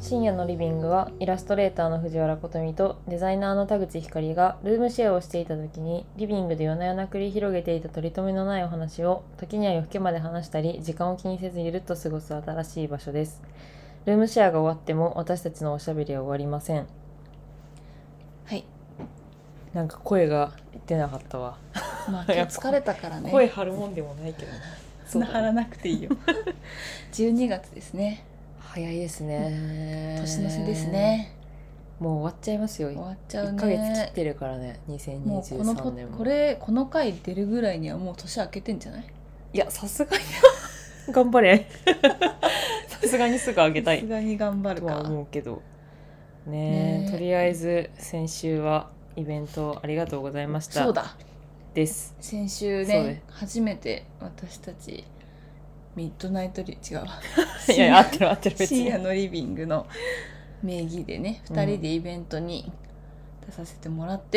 深夜のリビングはイラストレーターの藤原琴美とデザイナーの田口ひかりがルームシェアをしていた時にリビングで夜な夜な繰り広げていた取り留めのないお話を時には夜更けまで話したり時間を気にせずゆるっと過ごす新しい場所です。ルームシェアが終わっても私たちのおしゃべりは終わりません。 はい。 なんか声が出なかったわ。 まあ今日疲れたからね。 声張るもんでもないけどね。 そんな張らなくていいよ。12月ですね。 早いですね。 年の瀬ですね。 もう終わっちゃいますよ。 終わっちゃうね。 1ヶ月切ってるからね。2023年も。 この回出るぐらいにはもう年明けてんじゃない？ いや、さすがに頑張れ。さすがにすぐあげたい。 さすがに頑張るかとは思うけどね。とりあえず先週はイベントありがとうございました。 そうだ。 です。 先週ね、初めて私たちミッドナイト違ういや合ってる別に深夜のリビングの名義でね、2人でイベントに出させてもらって、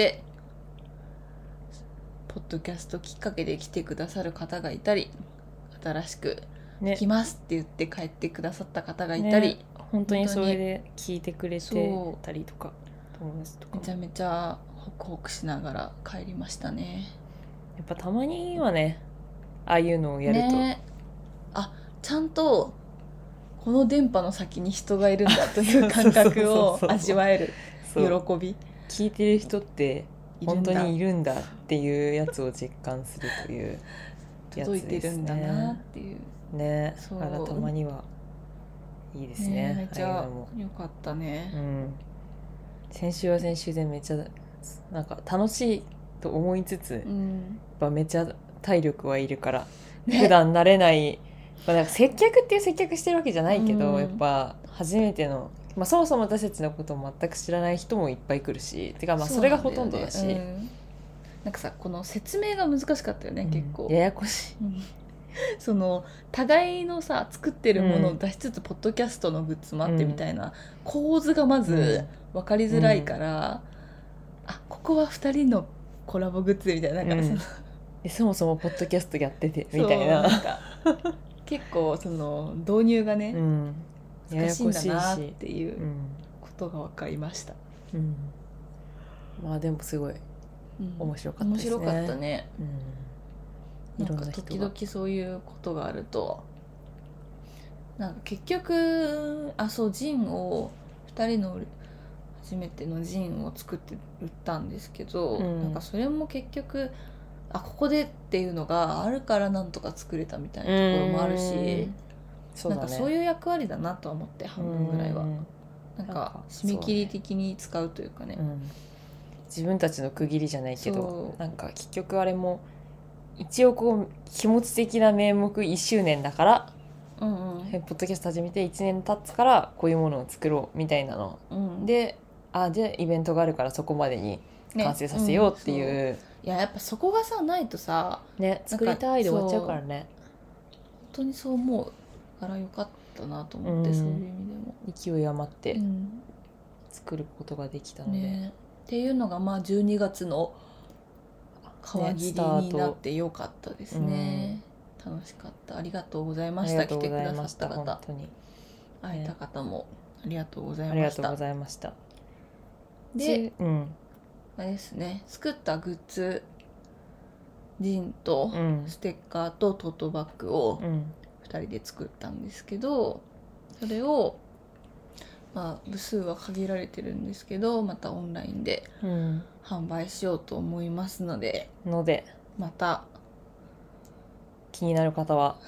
ポッドキャストきっかけで来てくださる方がいたり、新しく来ますって言って帰ってくださった方がいたり、 本当にそれで聞いてくれてたりとか、友達とかめちゃめちゃホクホクしながら帰りましたね。 やっぱたまにはね、ああいうのをやると、 ちゃんとこの電波の先に人がいるんだという感覚を味わえる喜び。 聞いてる人って本当にいるんだっていうやつを実感するというやつですね。 届いてるんだなっていうね。だからたまにはいいですね。 めっちゃ良かったね。 先週は先週でめっちゃなんか楽しいと思いつつ、やっぱめっちゃ体力はいるから、普段慣れない、なんか接客っていう接客してるわけじゃないけど、やっぱ初めての、そもそも私たちのことを全く知らない人もいっぱい来るし、てかそれがほとんどだし、 なんかさ、この説明が難しかったよね、結構ややこしい。 その互いのさ作ってるものを出しつつ、ポッドキャストのグッズもあってみたいな、構図がまず分かりづらいから、ここは2人のコラボグッズみたいな、なんかそもそもポッドキャストやっててみたいな、 なんか結構その導入がね、難しいんだなっていうことが分かりました。まあでもすごい面白かったですね。 面白かったね。なんか時々そういうことがあると、なんか結局ジンを2人の初めてのジンを作って売ったんですけど、なんかそれも結局ここでっていうのがあるからなんとか作れたみたいなところもあるし、なんかそういう役割だなとは思って、半分ぐらいはなんか締め切り的に使うというかね、 自分たちの区切りじゃないけど、なんか結局あれも一応こう気持ち的な名目1周年だから、ポッドキャスト始めて1年経つからこういうものを作ろうみたいなの、でじゃあイベントがあるからそこまでに完成させようっていう、 やっぱそこがさないとさ、 作りたいで終わっちゃうからね。 本当にそう思うからよかったなと思って、そういう意味でも勢い余って作ることができたので、 っていうのが12月の皮切りになってよかったですね。楽しかった。ありがとうございました。来てくださった方、本当に会えた方もありがとうございました。 ありがとうございました。 で、あれですね、作ったグッズ、ジンとステッカーとトートバッグを2人で作ったんですけど、それを部数は限られてるんですけど、またオンラインで販売しようと思いますので、また気になる方は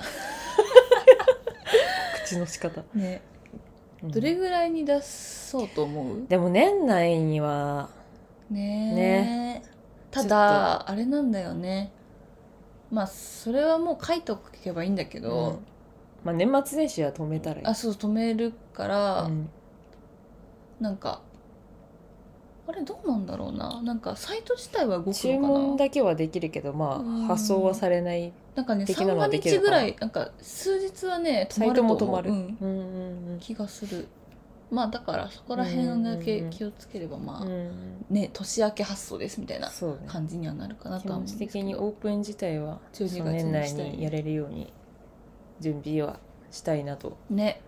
口の仕方ね、どれぐらいに出そうと思う？ でも年内にはね。ただあれなんだよね、それはもう書いておけばいいんだけど、 年末年始は止めたらいい。 止めるから、なんかあれどうなんだろうな、なんかサイト自体は動くのかな。 注文だけはできるけど、発送はされない。 なんかね、3が日ぐらい、なんか数日はねサイトも止まる、 気がする。だからそこら辺だけ気をつければ、年明け発送ですみたいな感じにはなるかなとは思うんですけど、 基本的にオープン自体は年内にやれるように準備はしたいなと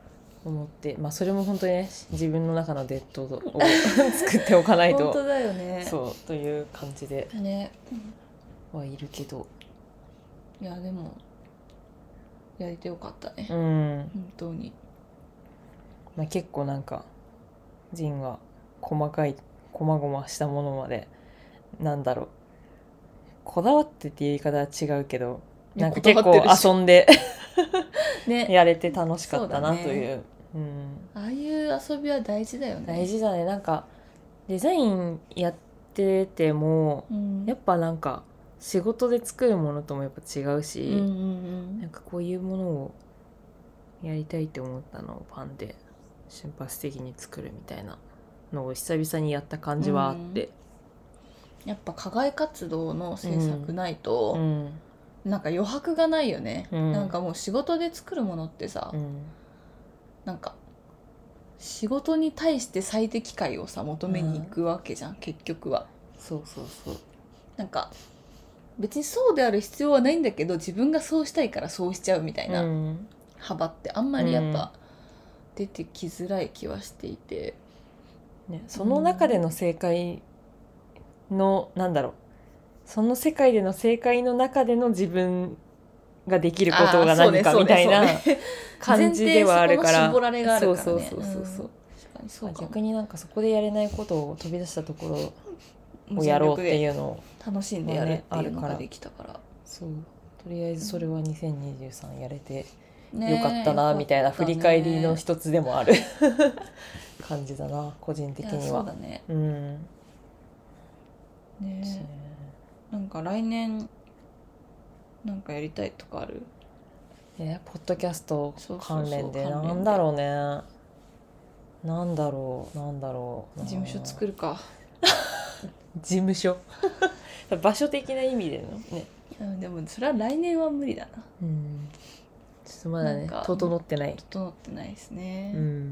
思って、まあそれも本当にね自分の中のデッドを作っておかないと本当だよね。 そうという感じでねはいるけど、 いやでもやれてよかったね、 本当に。 まあ、結構なんかジンは細かい細々したものまでなんだろうこだわってっていう言い方は違うけどなんか結構遊んでね、やれて楽しかったなという、 ああいう遊びは大事だよね。 大事だね。なんかデザインやってても、やっぱなんか仕事で作るものともやっぱ違うし、なんかこういうものをやりたいって思ったのをパンで瞬発的に作るみたいなのを久々にやった感じはあって、 やっぱ課外活動の制作ないと、なんか余白がないよね、なんかもう仕事で作るものってさ、なんか仕事に対して最適解をさ求めに行くわけじゃん、結局は。 そうそうそう。 なんか別にそうである必要はないんだけど自分がそうしたいからそうしちゃうみたいな幅ってあんまりやっぱ出てきづらい気はしていて、 ね、その中での正解の、なんだろうその世界での正解の中での自分ができることが何かみたいな感じではあるから、 絞られがあるからね。 そう逆になんかそこでやれないことを飛び出したところをやろうっていうのを楽しんでやるっていうのができたから、 そうとりあえずそれは2023やれてよかったなみたいな振り返りの一つでもある感じだな個人的には。 そうだね。ね、なんか来年なんかやりたいとかある？ ポッドキャスト関連でなんだろうね。なんだろう。 事務所作るか。 事務所場所的な意味でのね。 でもそれは来年は無理だな。 ちょっとまだね整ってないですね。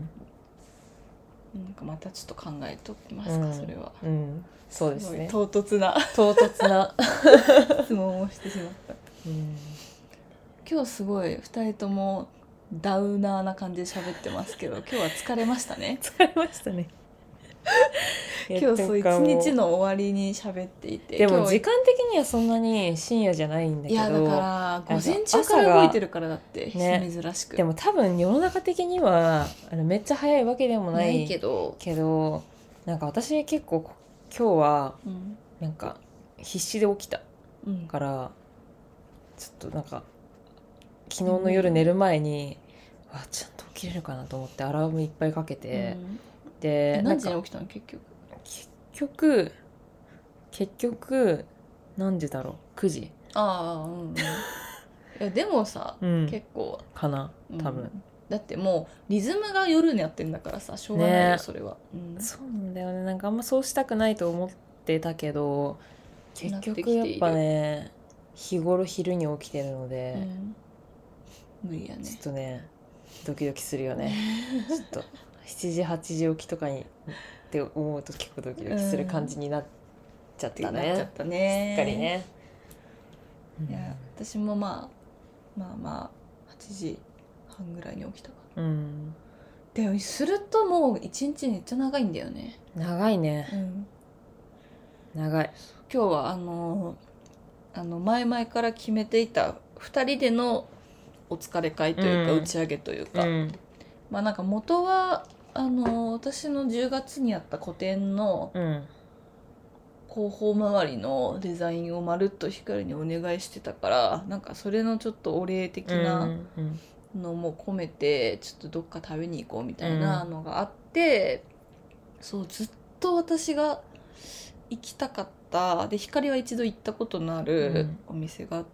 なんかまたちょっと考えておきますか、それは。 そうですね。 唐突な質問をしてしまった。今日すごい2人ともダウナーな感じで喋ってますけど、今日は疲れましたね。 疲れましたね。 今日そう一日の終わりに喋っていて、 でも時間的にはそんなに深夜じゃないんだけど、 いやだから午前中から動いてるからだって、ね、珍しく。 でも多分世の中的にはめっちゃ早いわけでもないけどなんか私結構今日はなんか必死で起きたから、ちょっとなんか昨日の夜寝る前に、ちゃんと起きれるかなと思ってアラームいっぱいかけて、で何時に起きたの結局何時だろう9時。 いやでもさ、結構かな多分、 だってもうリズムが夜にやってんだからさしょうがないよ、それは。 そうなんだよね。なんかあんまそうしたくないと思ってたけど結局やっぱね日頃昼に起きてるので、 無理やね。 ちょっとねドキドキするよねちょっと7時8時起きとかにって思うと結構ドキドキする感じになっちゃったね。すっかりね。 いや私もまあ8時半ぐらいに起きたかな。でもするともう一日めっちゃ長いんだよね。 長いね、長い。 今日は前々から決めていた2人でのお疲れ会というか、打ち上げというか、まあなんか元は私の10月にやった個展の広報周りのデザインをまるっと光にお願いしてたから、なんかそれのちょっとお礼的なのも込めてちょっとどっか食べに行こうみたいなのがあって、そうずっと私が行きたかったで光は一度行ったことのあるお店があって、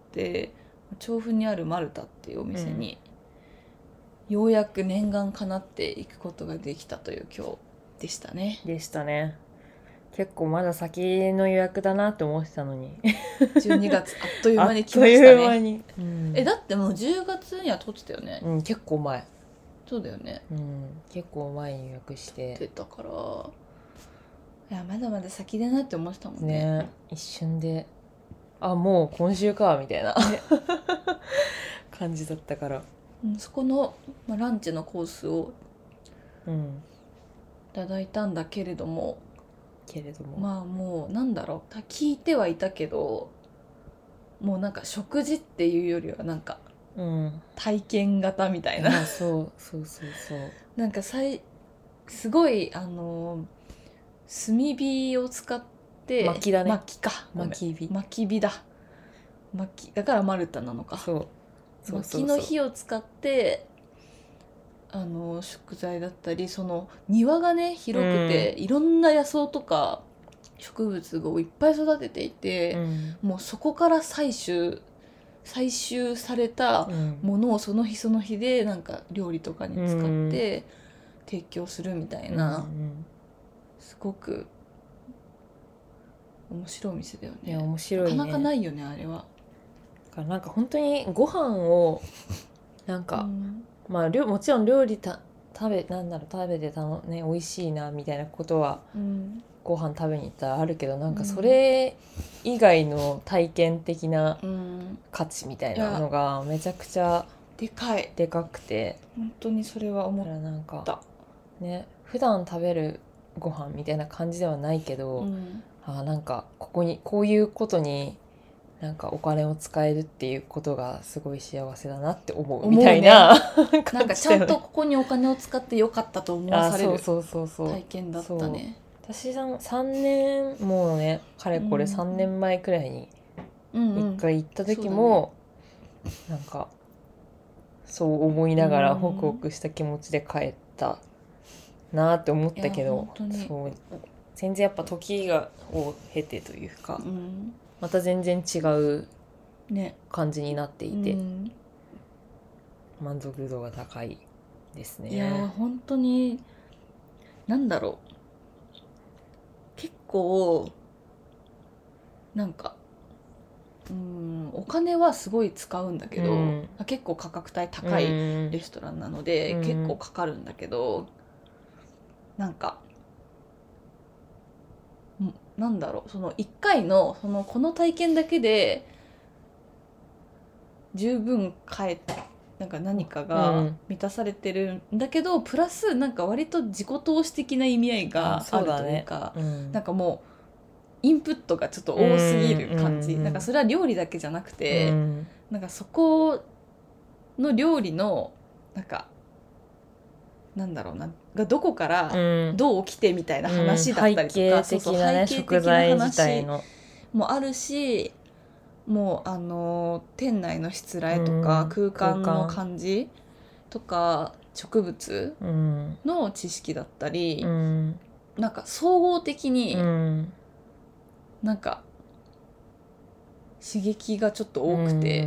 調布にあるマルタっていうお店に、ようやく念願かなって行くことができたという今日でしたね。 結構まだ先の予約だなって思ってたのに 12月あっという間に来ましたね。あっという間に、だってもう10月には撮ってたよね。 結構前。 そうだよね。 結構前に予約して出たから、いやまだまだ先だなって思ってたもんね。 一瞬でもう今週かみたいな感じだったから、 そこの、ランチのコースをいただいたんだけれども、まあもうなんだろう、聞いてはいたけど、もうなんか食事っていうよりはなんか体験型みたいな、 そうなんかすごい炭火を使って薪だね。 薪火だ。だからマルタなのか。薪の火を使って食材だったり、その庭がね広くて、いろんな野草とか植物をいっぱい育てていて、もうそこから採集されたものをその日その日でなんか料理とかに使って提供するみたいな、すごく面白いお店だよね。 面白いね。 なかなかないよねあれは。 だからなんか本当にご飯をなんか、まあもちろん料理食べてね美味しいなみたいなことは、ご飯食べに行ったらあるけど、なんかそれ以外の体験的な価値みたいなのがめちゃくちゃでかくて、 本当にそれは思った。 なんかね、普段食べるご飯みたいな感じではないけど、なんかこういうことになんかお金を使えるっていうことがすごい幸せだなって思うみたいな、 なんかちゃんとここにお金を使ってよかったと思わされる体験だったね。 私3年もうねかれこれ3年前くらいに1回行った時も、なんかそう思いながらホクホクした気持ちで帰ったなって思ったけど、そう全然やっぱ時を経てというか、また全然違う感じになっていて、満足度が高いですね。 いや本当になんだろう、結構なんかお金はすごい使うんだけど、結構価格帯高いレストランなので、結構かかるんだけど、なんかなんだろう、その1回のこの体験だけで十分なんか何かが満たされてるんだけど、プラスなんか割と自己投資的な意味合いがあるというか、なんかもうインプットがちょっと多すぎる感じ、なんかそれは料理だけじゃなくて、なんかそこの料理のなんかなんだろうながどこからどう起きてみたいな話だったりとか、 背景的なね、食材自体のもあるし、もう店内のしつらえとか、空間の感じとか植物の知識だったり、なんか総合的になんか刺激がちょっと多くて、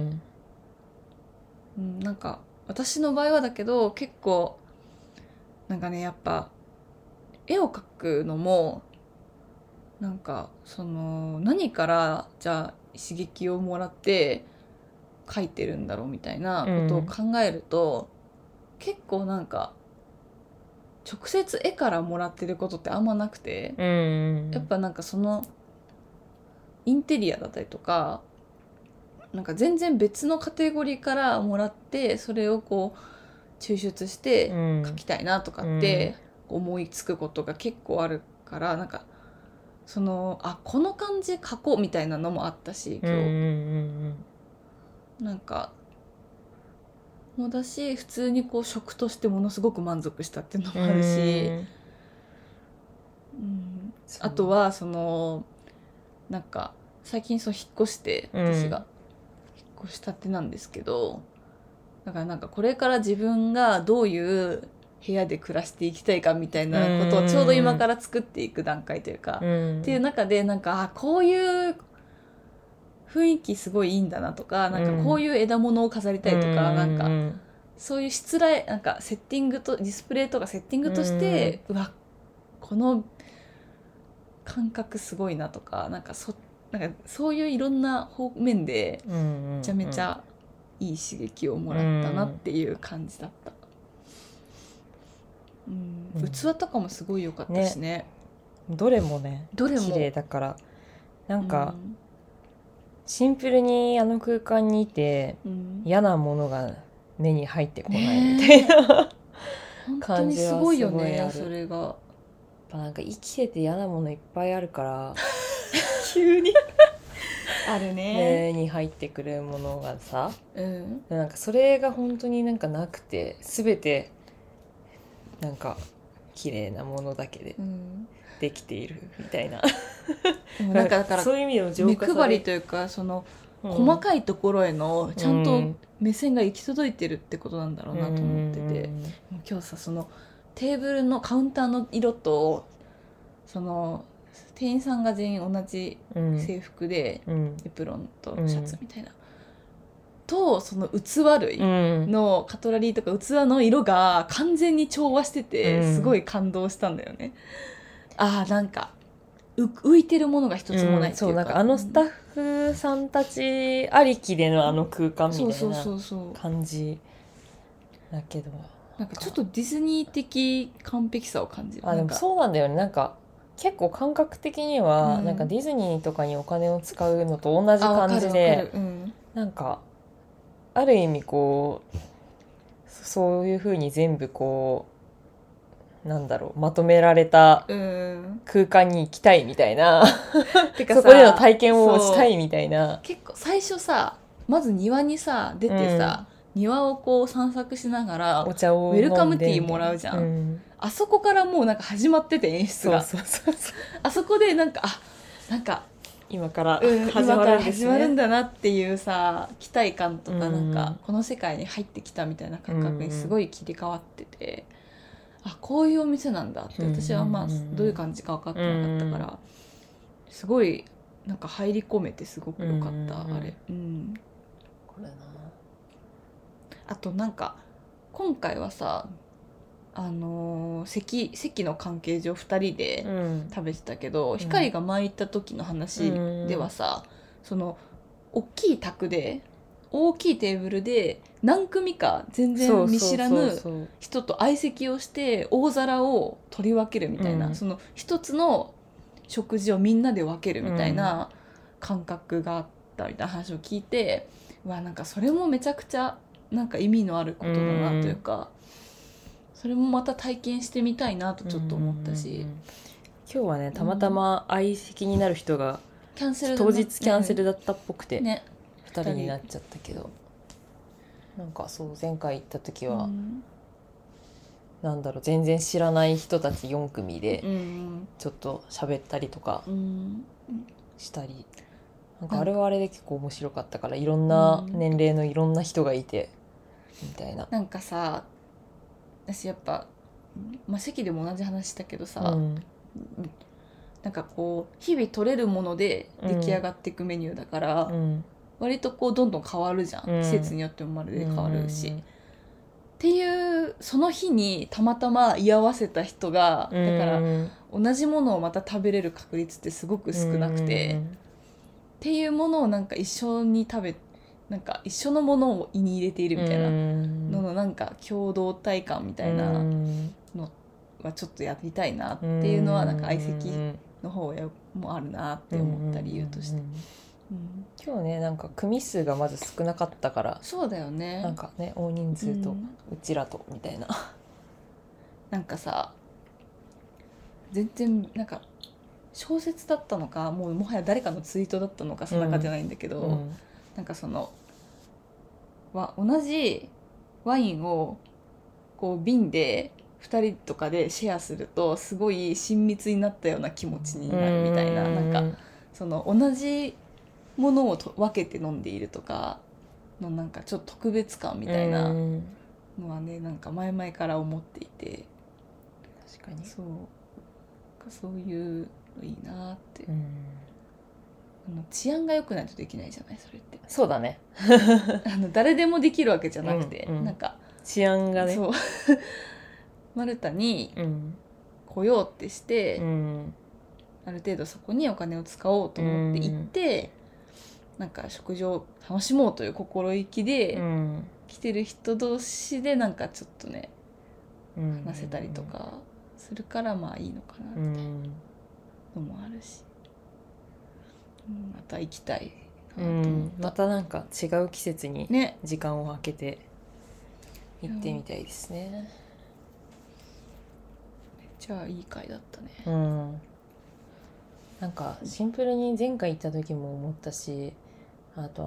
なんか私の場合はだけど結構なんかね、やっぱ絵を描くのもなんか何からじゃあ刺激をもらって描いてるんだろうみたいなことを考えると、結構なんか直接絵からもらってることってあんまなくて、やっぱなんかインテリアだったりとか、なんか全然別のカテゴリーからもらって、それをこう抽出して描きたいなとかって思いつくことが結構あるから、なんかこの感じ描こうみたいなのもあったし、今日なんかもだし、普通にこう食としてものすごく満足したっていうのもあるし、あとはなんか最近引っ越して、私が引っ越したてなんですけど、だからなんかこれから自分がどういう部屋で暮らしていきたいかみたいなことをちょうど今から作っていく段階というか、っていう中でなんかこういう雰囲気すごいいいんだなとか、なんかこういう枝物を飾りたいとか、なんかそういうしつらいなんかセッティングとディスプレイとかセッティングとして、うわこの感覚すごいなとか、なんかそういういろんな方面でめちゃめちゃいい刺激をもらったなっていう感じだった。器とかもすごい良かったしね。 どれもね綺麗だから、なんかシンプルにあの空間にいて、嫌なものが目に入ってこないみたいな、 感じはすごいある。 本当にすごいよねそれが。 なんか生きてて嫌なものいっぱいあるから急にあるね。 目に入ってくるものがさ、 うん、 なんかそれが本当になんかなくて、全てなんか綺麗なものだけでできているみたいな、 でもなんかだからそういう意味でも浄目化され配りというかその細かいところへのちゃんと目線が行き届いてるってことなんだろうなと思ってて、もう今日さそのテーブルのカウンターの色とその店員さんが全員同じ制服で、エプロンとシャツみたいな、とその器類のカトラリーとか器の色が完全に調和しててすごい感動したんだよね。あーなんか浮いてるものが一つもないっていうか、 そうなんかあのスタッフさんたちありきでのあの空間みたいな感じだけど、 なんかちょっとディズニー的完璧さを感じる。 でもそうなんだよね。なんか結構感覚的には、なんかディズニーとかにお金を使うのと同じ感じで、なんかある意味こうそういう風に全部こうなんだろうまとめられた空間に行きたいみたいな、てかそこでの体験をしたいみたいな。 結構最初さまず庭にさ出てさ、庭をこう散策しながらお茶をウェルカムティーもらうじゃん、あそこからもうなんか始まってて演出があそこでなんかなんか今から始まるんですね、 始まるんだなっていうさ期待感とか、なんかこの世界に入ってきたみたいな感覚にすごい切り替わってて、こういうお店なんだって私はまあどういう感じか分かってなかったから、すごいなんか入り込めてすごく良かった、あれ。 これなあとなんか今回はさ席の関係上2人で食べてたけど、光が前行った時の話ではさ、その大きい卓で大きいテーブルで何組か全然見知らぬ人と相席をして大皿を取り分けるみたいな、その一つの食事をみんなで分けるみたいな感覚があったみたいな話を聞いて、なんかそれもめちゃくちゃなんか意味のあることだなというか、それもまた体験してみたいなとちょっと思ったし、 今日はねたまたま相席になる人が当日キャンセルだったっぽくて、2人になっちゃったけど、なんかそう前回行った時は、なんだろう全然知らない人たち4組でちょっと喋ったりとかしたり、なんかあれはあれで結構面白かったから、いろんな年齢のいろんな人がいてみたいな。 なんかさ私やっぱ、席でも同じ話したけどさ、なんかこう日々取れるもので出来上がっていくメニューだから、割とこうどんどん変わるじゃん、季節によってもまるで変わるし、っていうその日にたまたま居合わせた人がだから同じものをまた食べれる確率ってすごく少なくて、っていうものをなんか一緒になんか一緒のものを胃に入れているみたいなののなんか共同体感みたいなのはちょっとやりたいなっていうのはなんか相席の方もあるなって思った理由として、 今日ねなんか組数がまず少なかったから、 そうだよね、 なんかね大人数とうちらとみたいな、 なんかさ全然なんか小説だったのかもはや誰かのツイートだったのか定かじゃないんだけど、なんかその同じワインをこう瓶で2人とかでシェアするとすごい親密になったような気持ちになるみたいな、なんかその同じものを分けて飲んでいるとかのなんかちょっと特別感みたいなのはねなんか前々から思っていて、 確かにそういうのいいなって、治安が良くないとできないじゃないそれって。 そうだね誰でもできるわけじゃなくて、なんか治安がね、 そうマルタに来ようってして、ある程度そこにお金を使おうと思って行って、なんか食事を楽しもうという心意気で来てる人同士でなんかちょっとね、話せたりとかするからまあいいのかなってのもあるし、また行きたいなと思った、 またなんか違う季節に時間を空けて行ってみたいですね。 ちゃいい回だったね。 なんかシンプルに前回行った時も思ったし、あと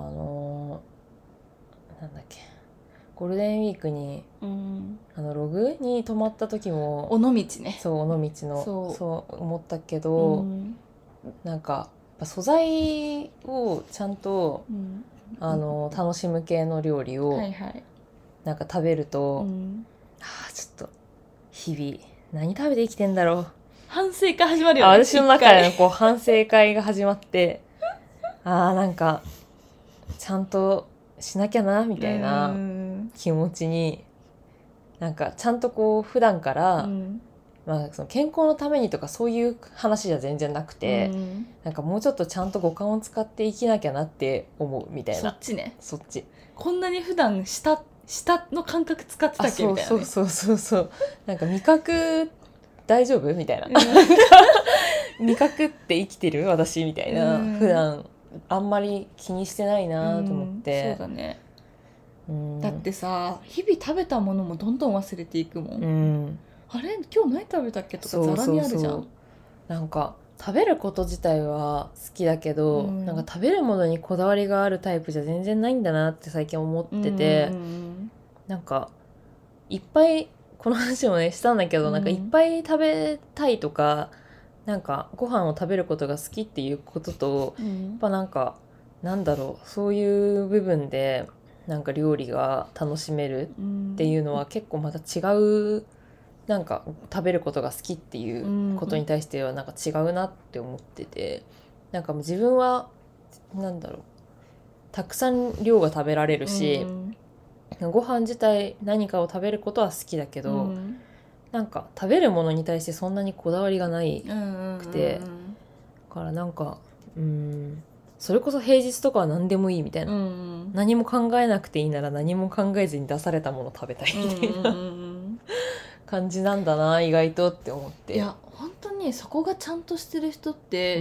なんだっけ、ゴールデンウィークに、ログに泊まった時も尾道ね。 そう尾道のそう思ったけど、なんか素材をちゃんと、楽しむ系の料理をなんか食べると、ちょっと日々何食べて生きてんだろう、 反省会始まるよね。 私の中でこう反省会が始まってなんかちゃんとしなきゃなみたいな気持ちに、なんかちゃんとこう普段から、その健康のためにとかそういう話じゃ全然なくて、なんかもうちょっとちゃんと五感を使って生きなきゃなって思うみたいな。 そっちね。 そっち。 こんなに普段舌の感覚使ってたっけみたいな、ね、 そうなんか味覚大丈夫みたいな味覚って生きてる私みたいな、普段あんまり気にしてないなと思って。 そうだね。だってさ、日々食べたものもどんどん忘れていくもん、あれ今日何食べたっけとかざらにあるじゃん。 なんか食べること自体は好きだけど、なんか食べるものにこだわりがあるタイプじゃ全然ないんだなって最近思ってて、なんかいっぱいこの話もねしたんだけど、なんかいっぱい食べたいとか、なんかご飯を食べることが好きっていうことと、やっぱなんかなんだろう、そういう部分でなんか料理が楽しめるっていうのは結構また違う、なんか食べることが好きっていうことに対してはなんか違うなって思ってて、なんかもう自分はなんだろう、たくさん量が食べられるし、ご飯自体何かを食べることは好きだけど、なんか食べるものに対してそんなにこだわりがないくて、だからなんかそれこそ平日とかは何でもいいみたいな、何も考えなくていいなら何も考えずに出されたもの食べたいみたいな、感じなんだな意外とって思って。 いや本当にそこがちゃんとしてる人って、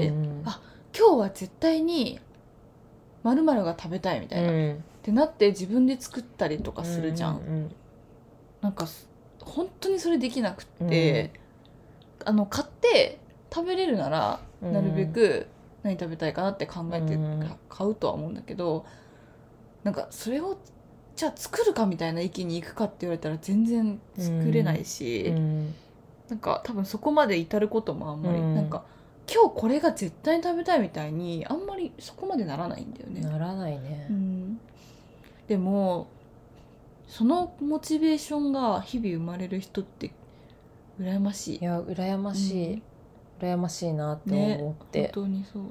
今日は絶対に〇〇が食べたいみたいな、ってなって自分で作ったりとかするじゃん、なんか本当にそれできなくって、買って食べれるならなるべく何食べたいかなって考えて買うとは思うんだけど、なんかそれをじゃあ作るかみたいな域に行くかって言われたら全然作れないし、なんか多分そこまで至ることもあんまり、なんか今日これが絶対に食べたいみたいにあんまりそこまでならないんだよね。 ならないね、 でもそのモチベーションが日々生まれる人って羨ましい。 いや羨ましい、羨ましいなって思って、 本当にそう。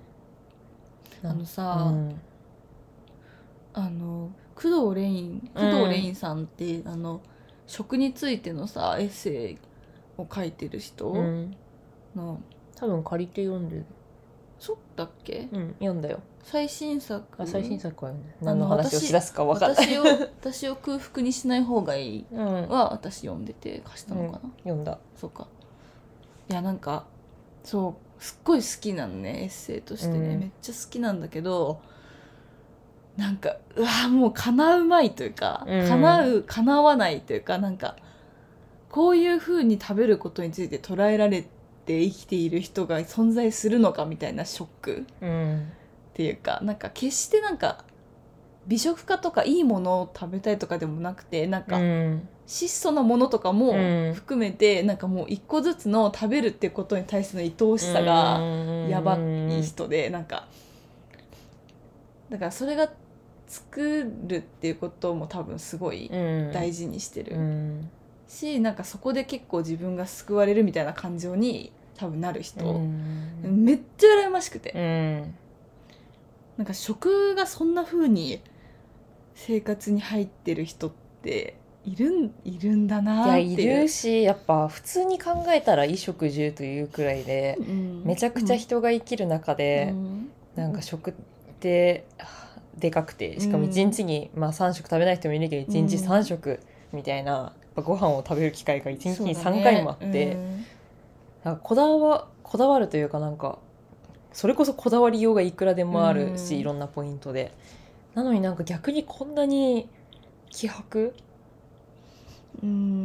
工藤レインさんって食についてのさエッセイを書いてる人の、 多分借りて読んでる。 そうだっけ？ 読んだよ。 最新作は読んで何の話をしだすか分かんない。 私を空腹にしない方がいいは私読んでて貸したのかな、 読んだ。 そうか。いやなんかそうすっごい好きなのね、エッセイとしてね、めっちゃ好きなんだけど、なんかもう叶うまいというか、叶わないというか、なんかこういう風に食べることについて捉えられて生きている人が存在するのかみたいなショック、っていうか、なんか決してなんか美食家とかいいものを食べたいとかでもなくて、なんか質素なものとかも含めて、なんかもう一個ずつの食べるってことに対しての愛おしさがやばい人で、なんかだからそれが作るっていうことも多分すごい大事にしてるし、なんかそこで結構自分が救われるみたいな感情に多分なる人、めっちゃ羨ましくて、なんか食がそんな風に生活に入ってる人っているんだなっていう。 いやいるし、やっぱ普通に考えたら衣食住というくらいで、めちゃくちゃ人が生きる中で、なんか食ってでかくて、しかも1日に、3食食べない人もいるけど1日3食みたいな、ご飯を食べる機会が1日に3回もあって、なんかこだわるというか、なんかそれこそこだわりようがいくらでもあるし、いろんなポイントで、なのになんか逆にこんなに希薄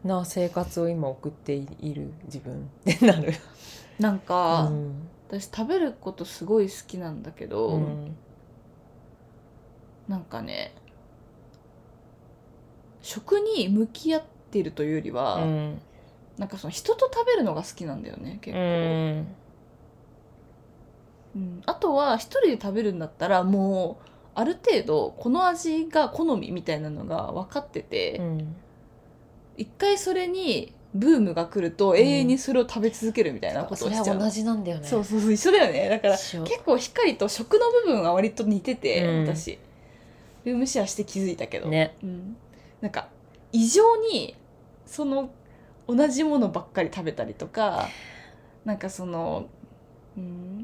な生活を今送っている自分ってなる。 なんか、 うん、 私食べることすごい好きなんだけど、 うん、 なんかね食に向き合ってるというよりは、 うん、 なんかその人と食べるのが好きなんだよね結う構、 ん、 うん、あとは一人で食べるんだったらもうある程度この味が好みみたいなのが分かってて、 うん、 一回それにブームが来ると永遠にそれを食べ続けるみたいなことをしちゃう、 それは同じなんだよね。 そうそうそう一緒だよね。だから一緒。 結構光と食の部分は割と似てて、 うん私ルームシェアして気づいたけど、 ね、 うん、なんか異常にその同じものばっかり食べたりとか、なんかその、うん、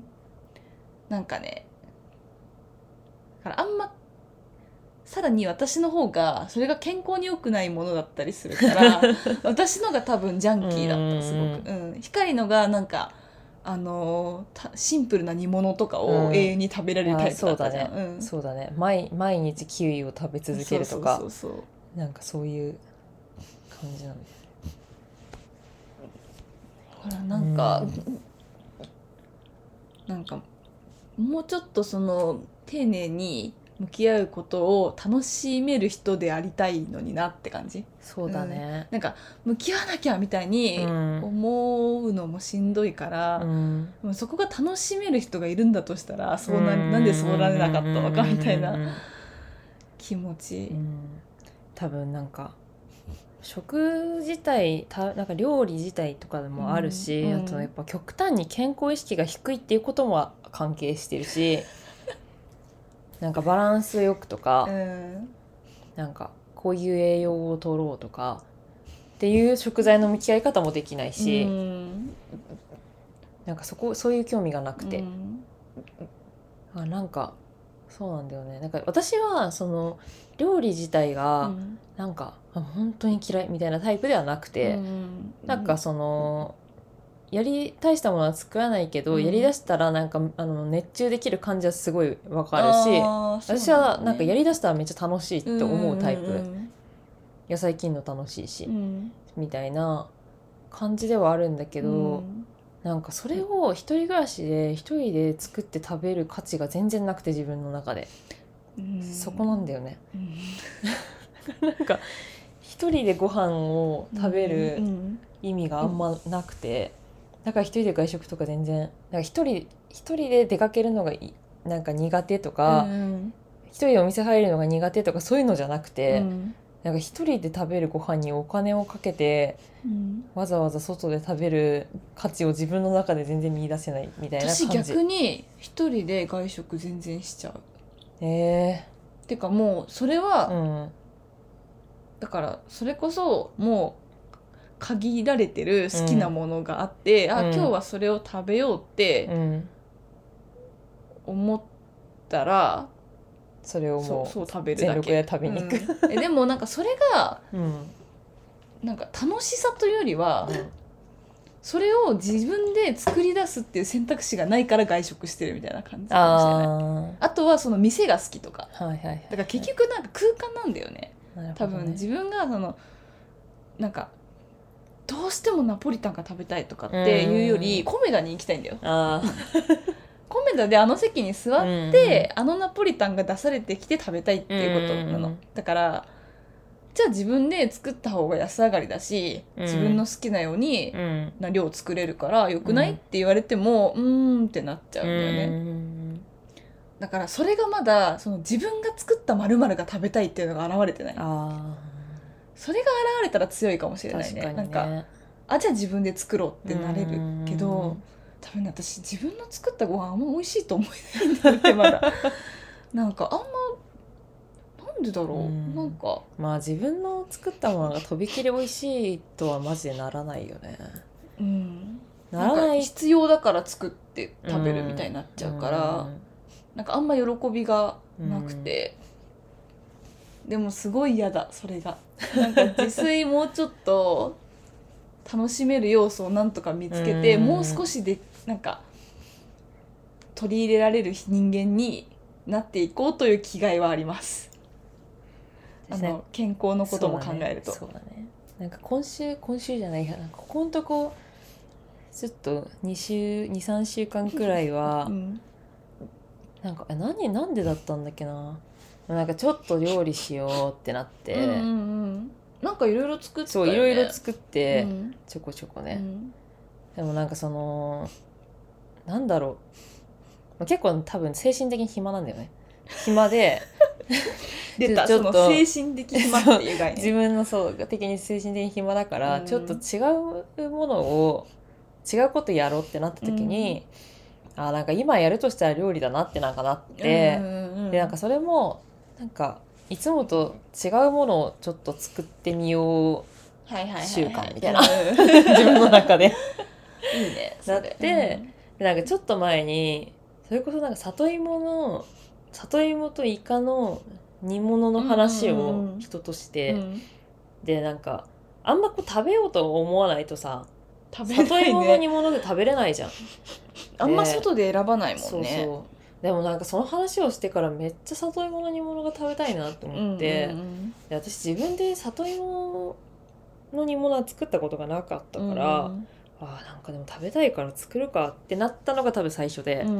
なんかねだからあんまさらに私の方がそれが健康に良くないものだったりするから私のが多分ジャンキーだったすごく、うん、光のがなんかシンプルな煮物とかを永遠に食べられるタイプだったじゃん、うん、 そうだね、毎日キウイを食べ続けるとか、なんかそういう感じなんだよ。 ほらなんか、なんかもうちょっとその丁寧に向き合うことを楽しめる人でありたいのになって感じ。 そうだね、 なんか向き合わなきゃみたいに思うのもしんどいから、もうそこが楽しめる人がいるんだとしたらなんでそうなれなかったのかみたいな気持ち、 多分なんか食自体なんか料理自体とかでもあるし、あとやっぱ極端に健康意識が低いっていうことも関係してるしなんかバランスよくとか、なんかこういう栄養を取ろうとかっていう食材の向き合い方もできないし、なんかそういう興味がなくて、なんかそうなんだよね。なんか私はその料理自体がなんか本当に嫌いみたいなタイプではなくて、なんかその大したものは作らないけど、やりだしたらなんか熱中できる感じはすごいわかるし、私はなんかやりだしたらめっちゃ楽しいって思うタイプ、野菜切るの楽しいし、みたいな感じではあるんだけど、なんかそれを一人暮らしで一人で作って食べる価値が全然なくて、自分の中で、そこなんだよね、なんか一人でご飯を食べる意味があんまなくて、だから一人で外食とか全然、なんか一人で出かけるのがなんか苦手とか、一人でお店入るのが苦手とかそういうのじゃなくて、なんか一人で食べるご飯にお金をかけて、わざわざ外で食べる価値を自分の中で全然見出せないみたいな感じ。 私逆に一人で外食全然しちゃう。てかもうそれは、だからそれこそもう限られてる好きなものがあって、今日はそれを食べようって思ったら、 それをもうそう食べるだけ、 全力で食べに行く、 でもなんかそれが、なんか楽しさというよりは、それを自分で作り出すっていう選択肢がないから外食してるみたいな感じかもしれない。あとはその店が好きとか、だから結局なんか空間なんだよね。多分自分がなんかどうしてもナポリタンが食べたいとかっていうより、コメダに行きたいんだよ。コメダで席に座って、ナポリタンが出されてきて食べたいっていうことなの。だからじゃあ自分で作った方が安上がりだし、自分の好きなようにな量作れるからよくない、って言われてもってなっちゃうんだよね。だからそれがまだその自分が作った〇〇が食べたいっていうのが現れてない。それが現れたら強いかもしれないね。なんかじゃあ自分で作ろうってなれるけど、多分私自分の作ったご飯あんま美味しいと思えないんだってまだなんかあんまなんでだろう、なんかまあ自分の作ったものがとびきり美味しいとはマジでならないよね。 ならない。必要だから作って食べるみたいになっちゃうから、なんかあんま喜びがなくて、でもすごい嫌だそれが。なんか自炊もうちょっと楽しめる要素をなんとか見つけて、もう少しでなんか取り入れられる人間になっていこうという気概はあります。健康のことも考えると。 そうだね。 なんか今週じゃないかな、ここのとこちょっと23週間くらいは、うん、なんかなんでだったんだっけな、なんかちょっと料理しようってなって、うんうんうん、なんかいろいろ作ってたよね。 そういろいろ作って、うん、ちょこちょこね、うん、でもなんかそのなんだろう、結構多分精神的に暇なんだよね。暇で出た、ちょっとその精神的暇っていう概念自分のそう的に精神的に暇だから、うん、ちょっと違うものを違うことやろうってなった時に、うん、なんか今やるとしたら料理だなってなんかなって、うんうんうん、でなんかそれもなんかいつもと違うものをちょっと作ってみよう習慣みたいな自分の中でいいねなって、うん、なんかちょっと前にそれこそなんか里芋とイカの煮物の話を人として、うんうんうん、でなんかあんまこう食べようと思わないとさ、食べないね、里芋の煮物で食べれないじゃん。 あんま外で選ばないもんね。 そうそう。でもなんかその話をしてからめっちゃ里芋の煮物が食べたいなと思って、うんうんうん、で私自分で里芋の煮物は作ったことがなかったから、うんうん、なんかでも食べたいから作るかってなったのが多分最初で、うんうん、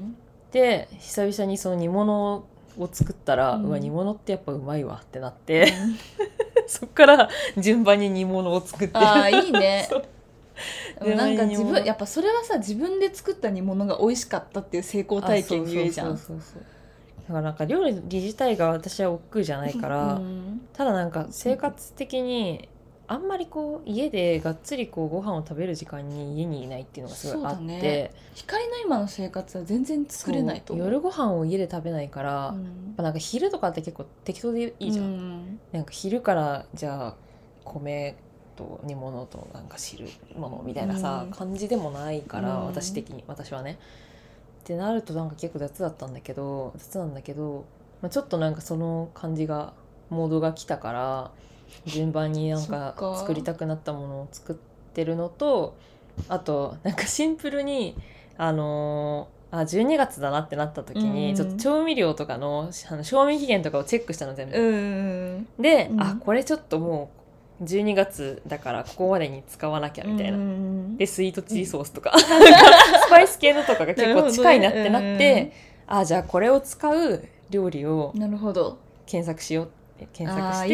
で久々にその煮物を作ったら、うん、煮物ってやっぱうまいわってなって、うん、そっから順番に煮物を作ってる。 いいね。なんかやっぱそれはさ、自分で作った煮物が美味しかったっていう成功体験ゆえじゃん。そうだからなんか料理自体が私は億劫じゃないから、うん、ただなんか生活的にあんまりこう家でがっつりこうご飯を食べる時間に家にいないっていうのがすごいあって、ね、 光の今の生活は全然作れないと思う。 夜ご飯を家で食べないから、うん、なんか昼とかって結構適当でいいじゃん、うん、なんか昼からじゃあ米と煮物となんか汁物みたいなさ、うん、感じでもないから、私はねってなるとなんか結構雑なんだけど、ちょっとなんかその感じがモードが来たから順番になんか作りたくなったものを作ってるのと、あとなんかシンプルに12月だなってなった時に、ちょっと調味料とかの賞味期限とかをチェックしたの全部、で、これちょっともう12月だからここまでに使わなきゃみたいな、でスイートチリソースとか、スパイス系のとかが結構近いなってなって、じゃあこれを使う料理を検索して、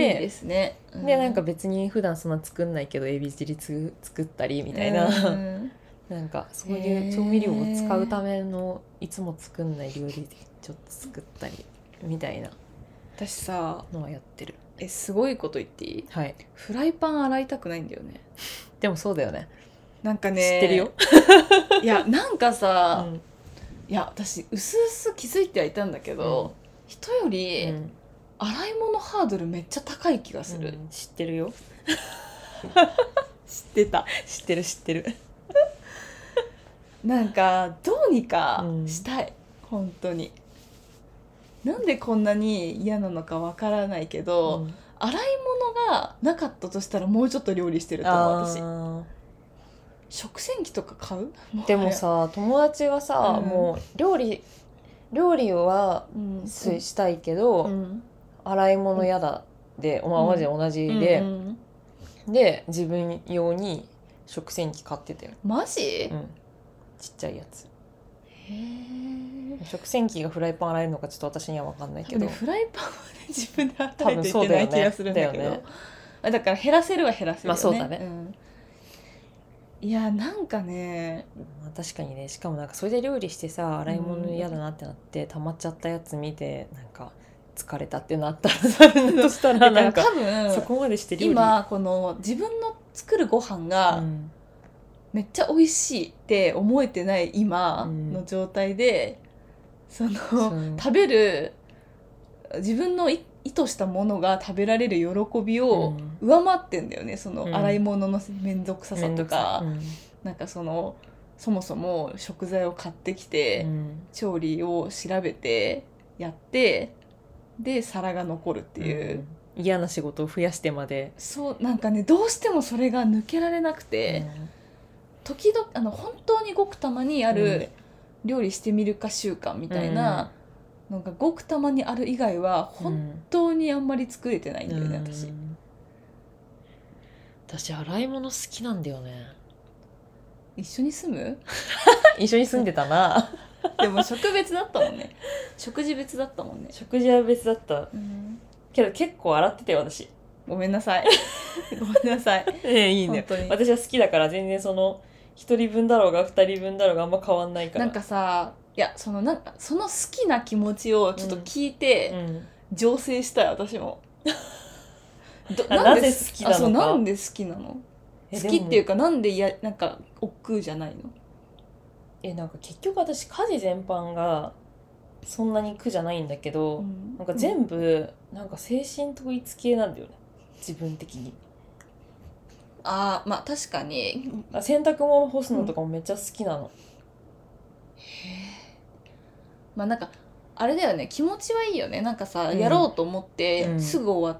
いいですね、 でなんか別に普段そんな作んないけどエビチリ作ったりみたいな、なんかそういう調味料を使うためのいつも作んない料理でちょっと作ったりみたいな、 私さのはやってる。 すごいこと言っていい？ はい。 フライパン洗いたくないんだよね。 でもそうだよね。 なんかね、 知ってるよ。 いやなんかさ、いや私うすうす気づいてはいたんだけど、人より、洗い物ハードルめっちゃ高い気がする、 知ってるよ。 知ってた。 知ってる。 なんかどうにかしたい、本当に。なんでこんなに嫌なのかわからないけど、洗い物がなかったとしたらもうちょっと料理してると思う。私食洗機とか買う？ でもさ、友達がさ、もう料理はしたいけど、洗い物嫌だで、マジで同じで、で自分用に食洗機買ってたよ。 マジ？ ちっちゃいやつ。食洗機がフライパン洗えるのかちょっと私には分かんないけど、 フライパンはね自分で洗わないといけない気がするんだけど、だから減らせるは減らせるよね。 そうだね、 いやなんかね、 確かにね。しかもなんかそれで料理してさ、洗い物嫌だなってなって溜まっちゃったやつ見てなんか疲れたってなったらとしたらなんか多分そこまでして料理今この自分の作るご飯が、めっちゃ美味しいって思えてない今の状態で、その食べる自分の意図したものが食べられる喜びを上回ってんだよね。その洗い物の面倒くささとか、なんかそもそも食材を買ってきて、調理を調べてやってで皿が残るっていう、 嫌な仕事を増やしてまで、 そうなんかね、どうしてもそれが抜けられなくて、時々本当にごくたまにある料理してみるか習慣みたいなのがごくたまにある以外は本当にあんまり作れてないんだよね、私。 私洗い物好きなんだよね。 一緒に住む一緒に住んでたな。 でも食別だったもんね。食事別だったもんね。 食事は別だった、けど結構洗ってたよ私。 ごめんなさいごめんなさい。 いいね。私は好きだから全然その1人分だろうが2人分だろうがあんま変わんないから。 なんかさ、いやなんかその好きな気持ちをちょっと聞いて、醸成したい私もなぜ好きなのか。 そう、なんで好きなの？好きっていうかなんでなんか億劫じゃないの？ なんか結局私家事全般がそんなに苦じゃないんだけど、なんか全部なんか精神統一系なんだよね自分的に。 まあ確かに洗濯物干すのとかもめっちゃ好きなの、 まあなんかあれだよね、気持ちはいいよね。なんかさ、やろうと思って、すぐ終わって、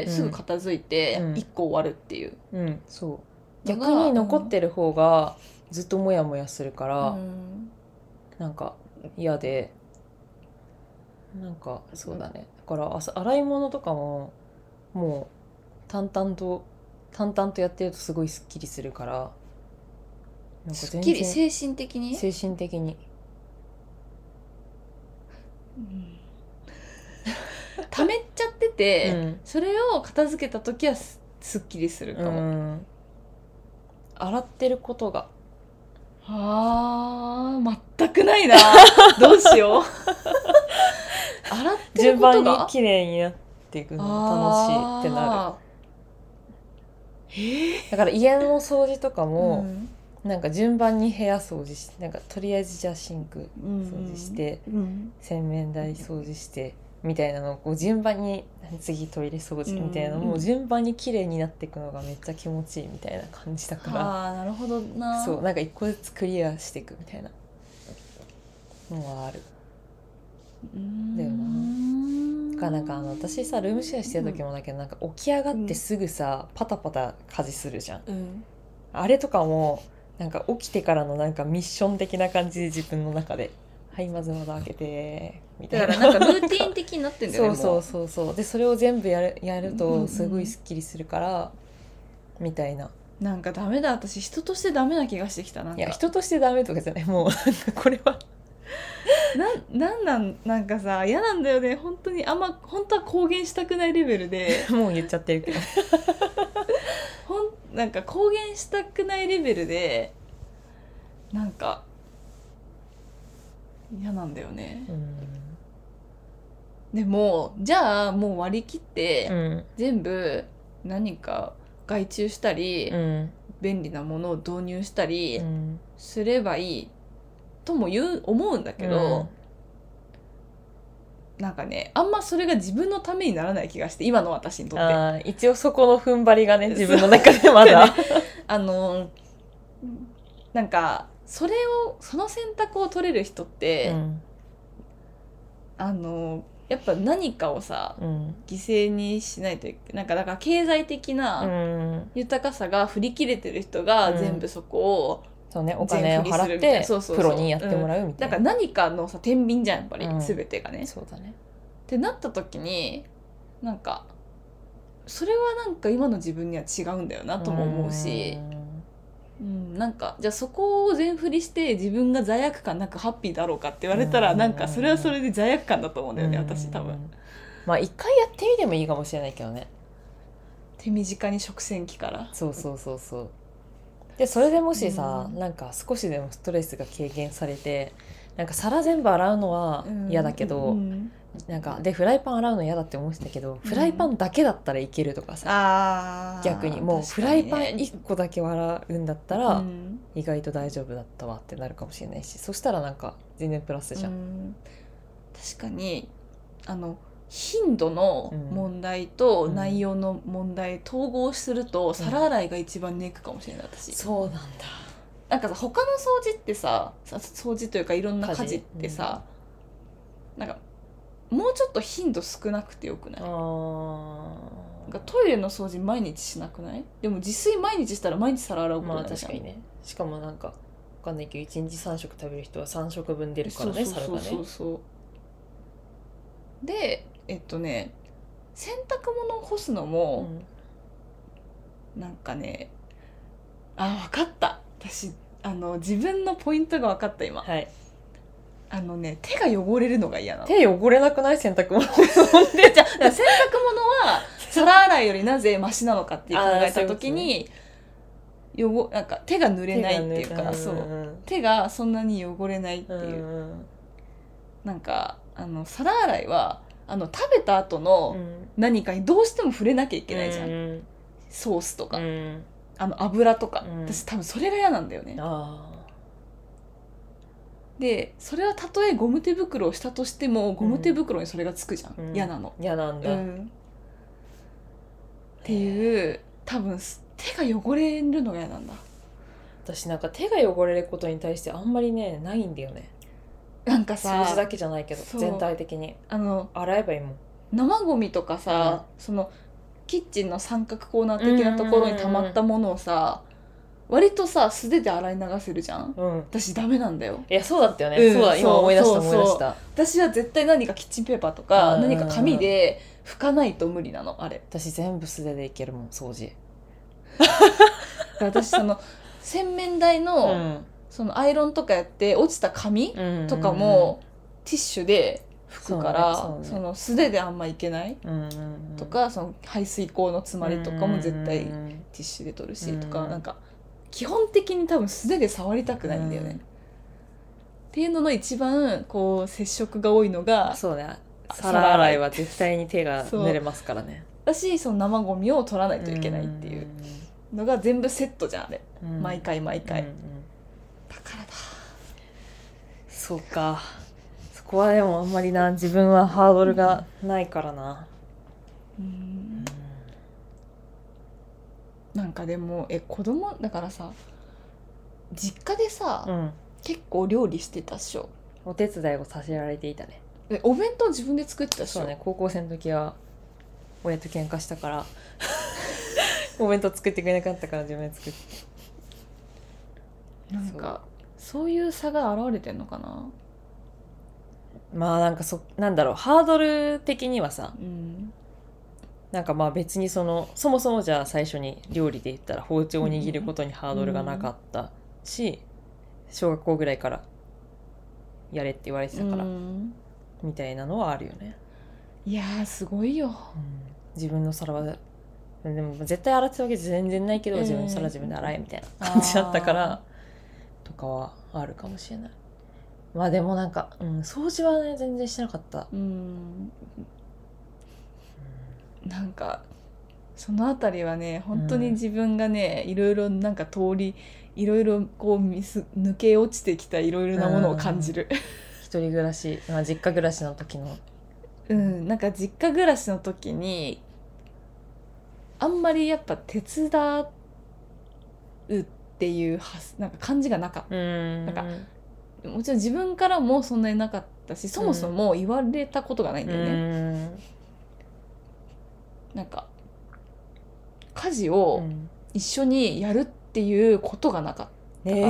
すぐ片付いて、1個終わるっていう。 そう逆に残ってる方がずっとモヤモヤするから、なんか嫌で、なんかそうだね、だから洗い物とかももう淡々とやってるとすごいスッキリするから、 なんか全然精神的に溜めちゃってて、それを片付けた時はすっきりするかも、 洗ってることが全くないなどうしよう洗ってることが順番に綺麗になっていくの楽しいってなる。だから家の掃除とかも、なんか順番に部屋掃除して、なんかとりあえずじゃあシンク掃除して、洗面台掃除してみたいなのをこう順番に、次トイレ掃除みたいなのも順番に綺麗になっていくのがめっちゃ気持ちいいみたいな感じだから、 なるほどな。 そう、なんか一個ずつクリアしていくみたいなのはある。だよな。なんか私さルームシェアしてる時もだけど、なんか起き上がってすぐさ、パタパタ家事するじゃん、あれとかもなんか起きてからのなんかミッション的な感じで自分の中で、はいまず窓開けてみたいな、 だからなんかルーティン的になってんだよねそうでそれを全部やるとすごいスッキリするから、みたいな。 なんかダメだ、私人としてダメな気がしてきた。なんかいや人としてダメとかじゃない、もうなんかこれはなんかさ嫌なんだよね本当に。本当は公言したくないレベルでもう言っちゃってるけどなんか公言したくないレベルでなんか嫌なんだよね。でもじゃあもう割り切って、全部何か外注したり、便利なものを導入したりすればいいとも思うんだけど、なんかねあんまそれが自分のためにならない気がして、今の私にとって。 一応そこの踏ん張りがね自分の中でまだなんかその選択を取れる人って、やっぱ何かをさ、犠牲にしないといけない。なんかだから経済的な豊かさが振り切れてる人が全部そこを、 そうね、お金を払ってプロにやってもらうみたいな、 だから何かのさ天秤じゃんやっぱり、全てがね。 そうだね。 ってなった時になんかそれはなんか今の自分には違うんだよなとも思うし、なんかじゃあそこを全振りして自分が罪悪感なくハッピーだろうかって言われたら、なんかそれはそれで罪悪感だと思うんだよね、私多分。 まあ一回やってみてもいいかもしれないけどね、 手短に食洗機から。 そうでそれでもしさ、なんか少しでもストレスが軽減されて、なんか皿全部洗うのは嫌だけど、なんかでフライパン洗うの嫌だって思ってたけど、フライパンだけだったらいけるとかさ、逆にもうフライパン1個だけ洗うんだったら、意外と大丈夫だったわってなるかもしれないし、そしたらなんか全然プラスじゃん。 確かに頻度の問題と内容の問題統合すると、皿洗いが一番ネックかもしれない私。 そうなんだ。 なんかさ他の掃除ってさ、掃除というかいろんな家事ってさ、なんかもうちょっと頻度少なくてよくない？なんかトイレの掃除毎日しなくない？でも自炊毎日したら毎日皿洗うことになるじゃん。 確かにね。しかもなんか分かんないけど1日3食食べる人は3食分出るからね、皿がね。で洗濯物を干すのも、 なんかね、分かった。私自分のポイントが分かった今。 はい。 手が汚れるのが嫌なの。 手汚れなくない？洗濯物で。 じゃあ洗濯物は皿洗いよりなぜマシなのかって考えた時に、なんか手が濡れないっていうか、そう手がそんなに汚れないっていう、なんか皿洗いは食べた後の何かにどうしても触れなきゃいけないじゃん、ソースとか、油とか、私多分それが嫌なんだよね。でそれはたとえゴム手袋をしたとしてもゴム手袋にそれがつくじゃん、嫌なの。 嫌なんだ、 っていう多分手が汚れるのが嫌なんだ。 私なんか手が汚れることに対してあんまりねないんだよね。 なんかさ、 掃除だけじゃないけど全体的に洗えばいいもん。 生ゴミとかさ、そのキッチンの三角コーナー的なところに溜まったものをさ、割とさ素手で洗い流せるじゃん、私ダメなんだよ。 いやそうだったよね、そうだ、今思い出した私は絶対何かキッチンペーパーとか何か紙で拭かないと無理なの、あれ。 私全部素手でいけるもん、掃除。 私洗面台の、そのアイロンとかやって落ちた紙とかもティッシュで拭くから、その素手であんまいけない、とかその排水口の詰まりとかも絶対ティッシュで取るし、とかなんか基本的に多分素手で触りたくないんだよね、っていうのの一番こう接触が多いのが、 そうね、皿洗いは絶対に手が濡れますからね。 私その生ゴミを取らないといけないっていうのが全部セットじゃんあれ、毎回、だからだ。 そうか、そこはでもあんまりな、自分はハードルがないからな。 なんかでも子供だからさ、実家でさ、結構料理してたっしょ。 お手伝いをさせられていたね。 お弁当自分で作ってたっしょ。 そうね、高校生の時は親と喧嘩したからお弁当作ってくれなかったから自分で作って。 なんかそういう差が現れてんのかな。 まあなんかなんだろう、ハードル的にはさ、なんかまあ別にそもそもじゃあ最初に料理で言ったら包丁を握ることにハードルがなかったし、小学校ぐらいからやれって言われてたから、みたいなのはあるよね。 いやーすごいよ、 自分の皿はでも絶対洗ってたわけじゃ全然ないけど、自分の皿自分で洗えみたいな感じだったからとかはあるかもしれない。まあでもなんか、掃除はね全然してなかった。 なんかそのあたりはね本当に自分がね、いろいろなんかいろいろこう抜け落ちてきたいろいろなものを感じる、 一人暮らし、実家暮らしの時のなんか実家暮らしの時にあんまりやっぱ手伝うっていうなんか感じがなかった。なんかもちろん自分からもそんなになかったし、そもそも言われたことがないんだよね、なんか家事を一緒にやるっていうことがなかったから、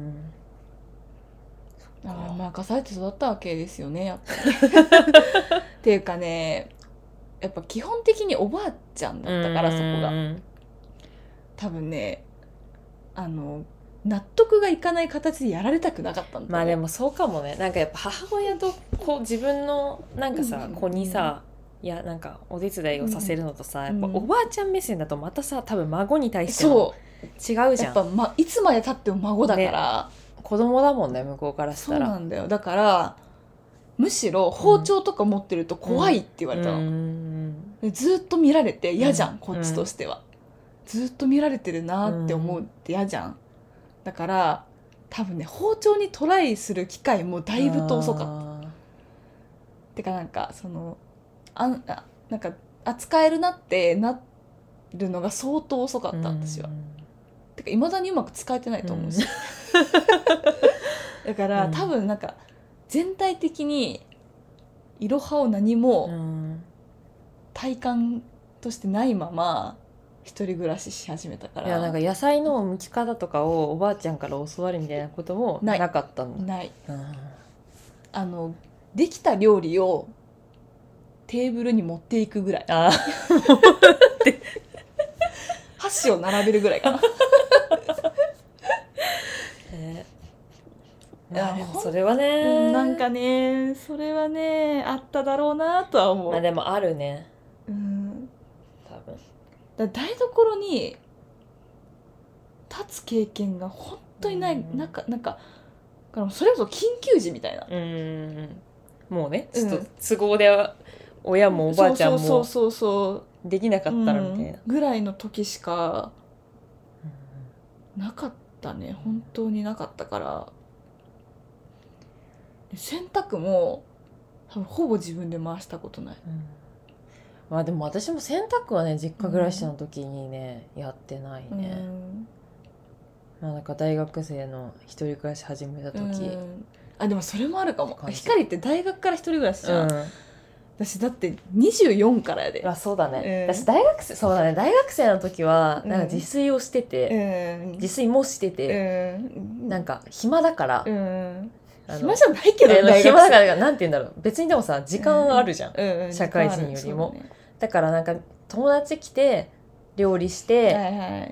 任されて育ったわけですよねやっぱりっていうかね、やっぱ基本的におばあちゃんだったから、そこが多分ね納得がいかない形でやられたくなかったんだ。 まあでもそうかもね。なんかやっぱ母親とこう自分のなんかさ、子にさ、いやなんかお手伝いをさせるのとさ、やっぱおばあちゃん目線だとまたさ、多分孫に対しても違うじゃん。 やっぱ、いつまで経っても孫だから、 子供だもんね、向こうからしたら。 そうなんだよ。だからむしろ包丁とか持ってると怖いって言われたの、ずっと見られて嫌じゃん、こっちとしては。ずっと見られてるなって思うって嫌じゃん。だから多分ね、包丁にトライする機会もだいぶと遅かった。てかなんかなんか扱えるなってなるのが相当遅かった、私は。てか未だにうまく使えてないと思うし、だから多分なんか全体的にいろはを何も体感としてないまま一人暮らしし始めたから。 いやなんか野菜の剥き方とかをおばあちゃんから教わるみたいなこともなかったんだ。 ない。できた料理をテーブルに持っていくぐらい。箸箸を並べるぐらいかな。 まあでもそれはね、 なんかねそれはねあっただろうなとは思う。 まあでもあるね、 多分台所に立つ経験が本当にない、なんかそれこそ緊急時みたいな、 もうねちょっと都合で親もおばあちゃんもできなかったらみたいな、 ぐらいの時しかなかったね、本当になかったから。洗濯も多分ほぼ自分で回したことない、 まあでも私も洗濯はね実家暮らしの時にね、やってないね、まあなんか大学生の一人暮らし始めた時、 あでもそれもあるかも。光って大学から一人暮らしじゃん、私だって24からやで。 あそうだね、私大学生の時はなんか自炊をしてて、自炊もしてて、なんか暇だから、 暇じゃないけどね、暇だからなんて言うんだろう、別にでもさ時間あるじゃん、社会人よりも、だからなんか友達来て料理して、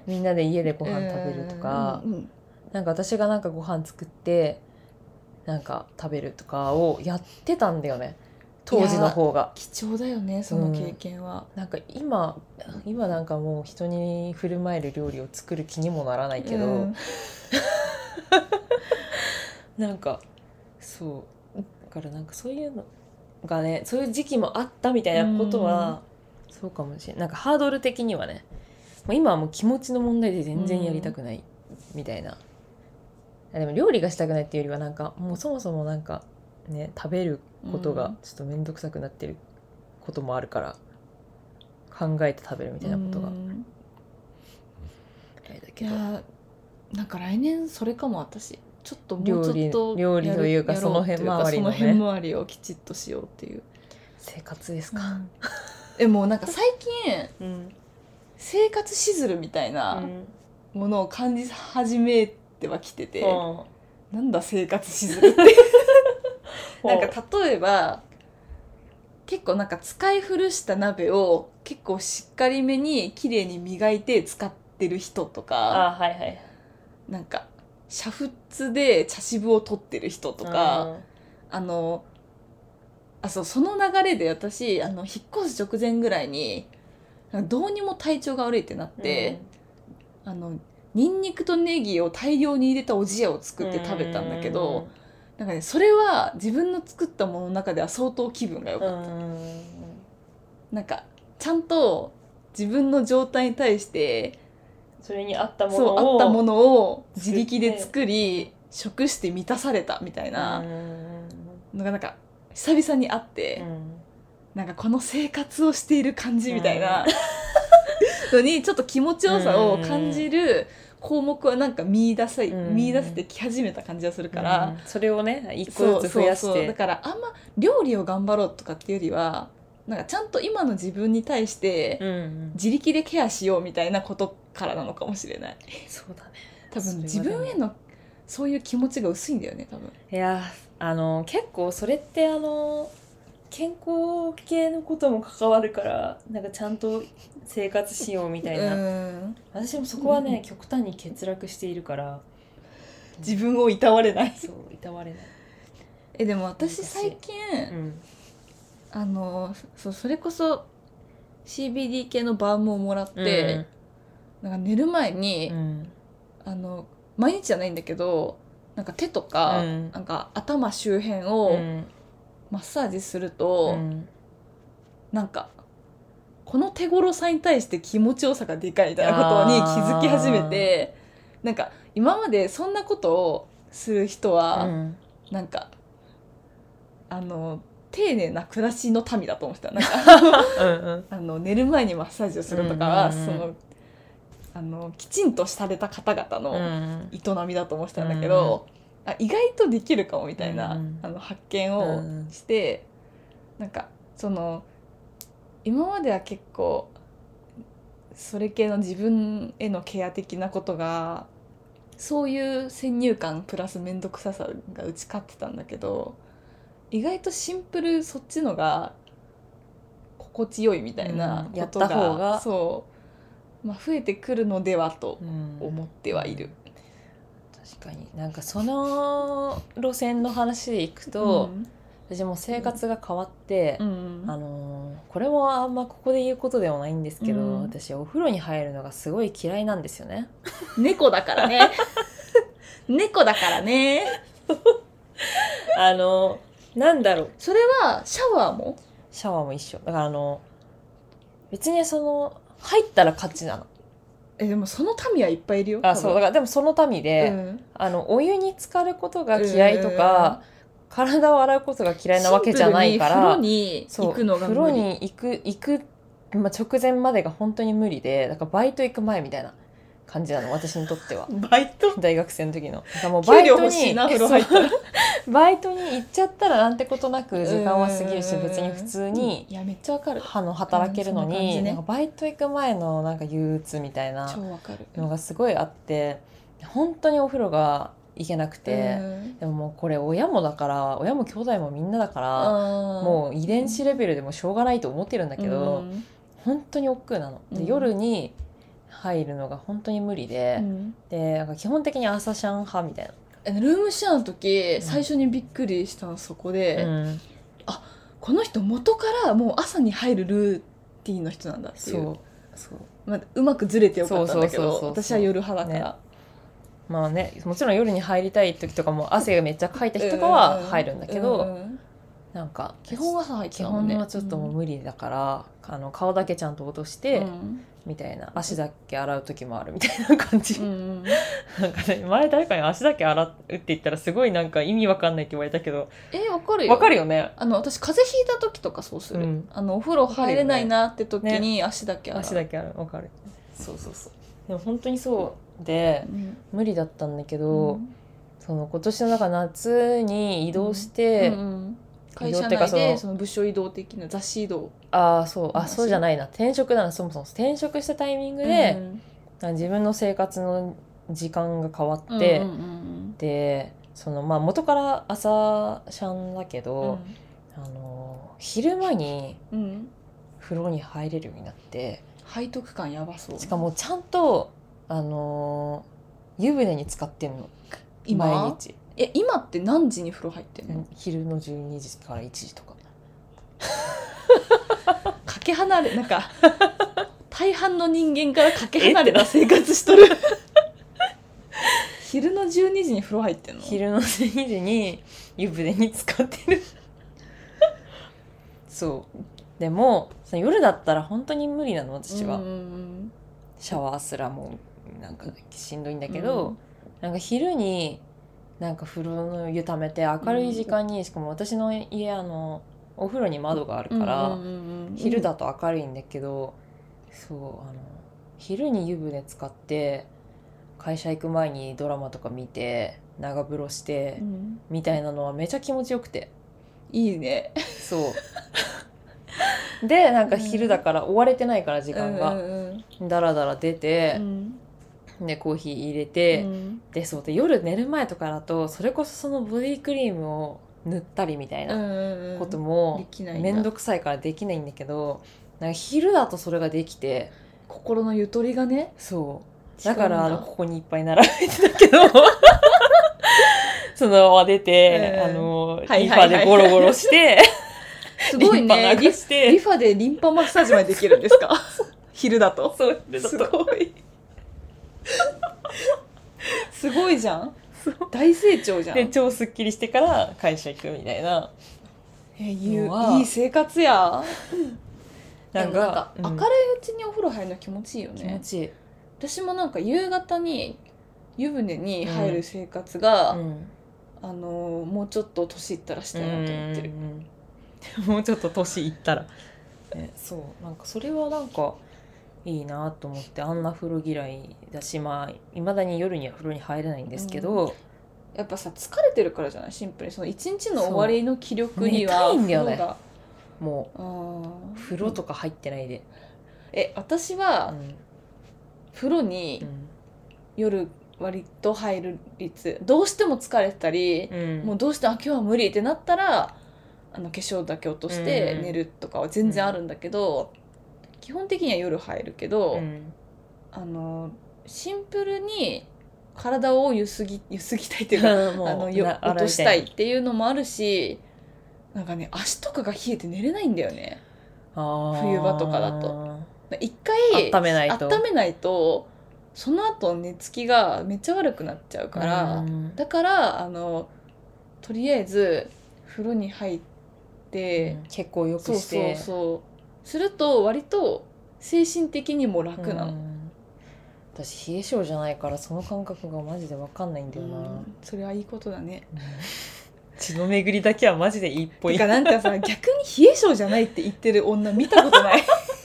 みんなで家でご飯食べるとか、なんか私がなんかご飯作ってなんか食べるとかをやってたんだよね、当時の方が。 貴重だよねその経験は、 なんか今なんかもう人に振る舞える料理を作る気にもならないけど、なんかそうだからなんかそういうのがね、そういう時期もあったみたいなことは、そうかもしれない。なんかハードル的にはね、今はもう気持ちの問題で全然やりたくないみたいな、でも料理がしたくないっていうよりはなんかもうそもそもなんかね食べることがちょっと面倒くさくなってることもあるから、考えて食べるみたいなことが、あれだけど、 いやなんか来年それかも。私ちょっともうちょっと料理というかその辺周りのね、 その辺周りをきちっとしようっていう生活ですか、 もうなんか最近、生活しずるみたいなものを感じ始めてはきてて、なんだ生活しずるってなんか例えば結構なんか使い古した鍋を結構しっかりめに綺麗に磨いて使ってる人とか、なんか煮沸で茶渋を取ってる人とか、その流れで私引っ越す直前ぐらいにどうにも体調が悪いってなって、ニンニクとネギを大量に入れたおじやを作って食べたんだけど、なんかねそれは自分の作ったものの中では相当気分が良かった。なんかちゃんと自分の状態に対してそれに合ったものを自力で作り食して満たされたみたいなのがなんか久々にあって、なんかこの生活をしている感じみたいなのにちょっと気持ちよさを感じる項目はなんか見出せてき始めた感じがするから、 それをね一個ずつ増やして、 そうだからあんま料理を頑張ろうとかっていうよりはなんかちゃんと今の自分に対して自力でケアしようみたいなことからなのかもしれない。 そうだね、 多分自分へのそういう気持ちが薄いんだよね多分。 いや結構それって健康系のことも関わるから、なんかちゃんと生活しようみたいな、私もそこはね極端に欠落しているから自分をいたわれない。 そういたわれない。 でも私最近、それこそ CBD 系のバームをもらって、なんか寝る前に、毎日じゃないんだけどなんか手とか、なんか頭周辺をマッサージすると、なんかこの手頃さに対して気持ちよさがでかいみたいなことに気づき始めて、なんか今までそんなことをする人は、なんか丁寧な暮らしの民だと思ってた。なんか寝る前にマッサージをするとかは、きちんとされた方々の営みだと思ってたんだけど、意外とできるかもみたいな、発見をして、なんか今までは結構それ系の自分へのケア的なことがそういう先入観プラス面倒くささが打ち勝ってたんだけど、意外とシンプルそっちのが心地よいみたいなことが、 やった方がそうまあ、増えてくるのではと思ってはいる、 確かになんかその路線の話でいくと、私も生活が変わって、これもあんまここで言うことではないんですけど、私お風呂に入るのがすごい嫌いなんですよね。 猫だからね猫だからねなんだろう、 それはシャワーも一緒だから、別に入ったら勝ちなの。 でもその民はいっぱいいるよ。 そうだから、でもその民で、お湯に浸かることが嫌いとか、体を洗うことが嫌いなわけじゃないから、 風呂に行くのが無理。 風呂に行く、直前までが本当に無理で、だからバイト行く前みたいな感じなの、私にとっては。 バイト大学生の時の。だからもうバイトに、 給料欲しいな、風呂入ったらバイトに行っちゃったらなんてことなく時間は過ぎるし、別に普通にいやめっちゃわかる働けるのに、なんかバイト行く前のなんか憂鬱みたいなのがすごいあって、本当にお風呂が行けなくて、でももうこれ親も兄弟もみんなだから、もう遺伝子レベルでもしょうがないと思ってるんだけど、本当に億劫なので、夜に入るのが本当に無理で、でなんか基本的に朝シャン派みたいな。 ルームシェアの時、最初にびっくりしたのそこで、あ、この人元からもう朝に入るルーティンの人なんだっていう。うまくずれてよかったんだけど、私は夜派だから、 まあね、もちろん夜に入りたい時とかも汗がめっちゃかいた日とかは入るんだけど、なんか基本は入ってたもんね。 基本はちょっともう無理だから、顔だけちゃんと落として、みたいな、足だけ洗う時もあるみたいな感じ、なんかね、前誰かに足だけ洗うって言ったらすごいなんか意味わかんないって言われたけど、 わかるよ。 わかるよね。 私風邪ひいた時とかそうする、お風呂入れないなって時に足だけ洗う、 足だけ洗う。わかる。そうでも本当にそうで、無理だったんだけど、今年の夏に移動して、 会社内でその部署移動的な雑誌移動。 そうじゃないな、転職だな。そもそも転職したタイミングで、自分の生活の時間が変わって、で元から朝シャンだけど、昼間に風呂に入れるようになって、 背徳感やばそう。 しかもちゃんと湯船に浸かってんの毎日。 今って何時に風呂入ってんの？ 昼の12時から1時とかかけ離れ、なんか大半の人間からかけ離れた生活しとる昼の12時に風呂入ってんの？ 昼の12時に湯船に浸かってるそうでも夜だったら本当に無理なの、私は。シャワーすらもなんかしんどいんだけど、なんか昼になんか風呂の湯ためて明るい時間に、しかも私の家お風呂に窓があるから、昼だと明るいんだけど、昼に湯船使って会社行く前にドラマとか見て長風呂して、みたいなのはめちゃ気持ちよくていいね。 でなんか昼だから追われてないから時間が、だらだら出て、でコーヒー入れて、で夜寝る前とかだとそれこそそのボディクリームを塗ったりみたいなこともめんどくさいからできないんだけど、なんか昼だとそれができて、 心のゆとりがね。 だからここにいっぱい並べてたけどそのまま出て、リファでゴロゴロしてすごいね。リファでリンパマッサージまでできるんですか昼だと。すごいすごいじゃん。大成長じゃん。 で超すっきりしてから会社行くみたいな。 いい生活や。 なんか明るいうちにお風呂入るの気持ちいいよね。 気持ちいい。 私もなんか夕方に湯船に入る生活が、もうちょっと年いったらしたいなと思ってる。 もうちょっと年いったら、なんかそれはなんかいいなと思って、あんな風呂嫌いだし、いまだに夜には風呂に入れないんですけど、 やっぱさ疲れてるからじゃない？シンプルにその一日の終わりの気力には寝たいんだよね。もう風呂とか入ってないで。 私は、風呂に夜割と入る率、どうしても疲れてたり、もうどうして今日は無理ってなったら化粧だけ落として寝るとかは全然あるんだけど、基本的には夜入るけど、 シンプルに体をゆすぎたいっていうか落としたいっていうのもあるし、なんかね足とかが冷えて寝れないんだよね。冬場とかだと一回温めないとその後寝つきがめっちゃ悪くなっちゃうから、だからとりあえず風呂に入って、 結構よくしてそうすると割と精神的にも楽なの。 私冷え性じゃないからその感覚がマジで分かんないんだよな。 それはいいことだね。 血の巡りだけはマジでいいっぽい。 てかなんかさ逆に冷え性じゃないって言ってる女見たことない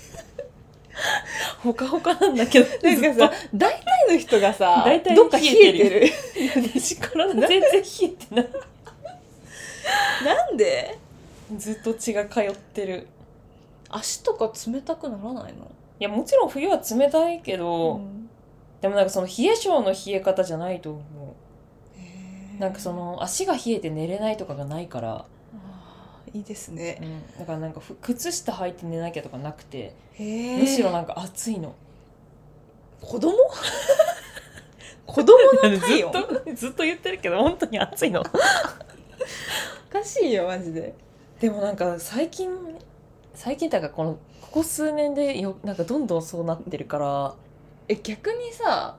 ほかほかなんだけどなんかさ大体の人がさどっか冷えてる私体全然冷えてないなんでずっと血が通ってる。 足とか冷たくならないの？ いやもちろん冬は冷たいけど、でもなんかその冷え性の冷え方じゃないと思う。なんかその足が冷えて寝れないとかがないから。 いいですね。 だからなんか靴下履いて寝なきゃとかなくて、むしろなんか暑いの。 子供子供の体温ずっと言ってるけど本当に暑いの。 おかしいよマジで。 でもなんか最近だからここ数年でなんかどんどんそうなってるから。 逆にさ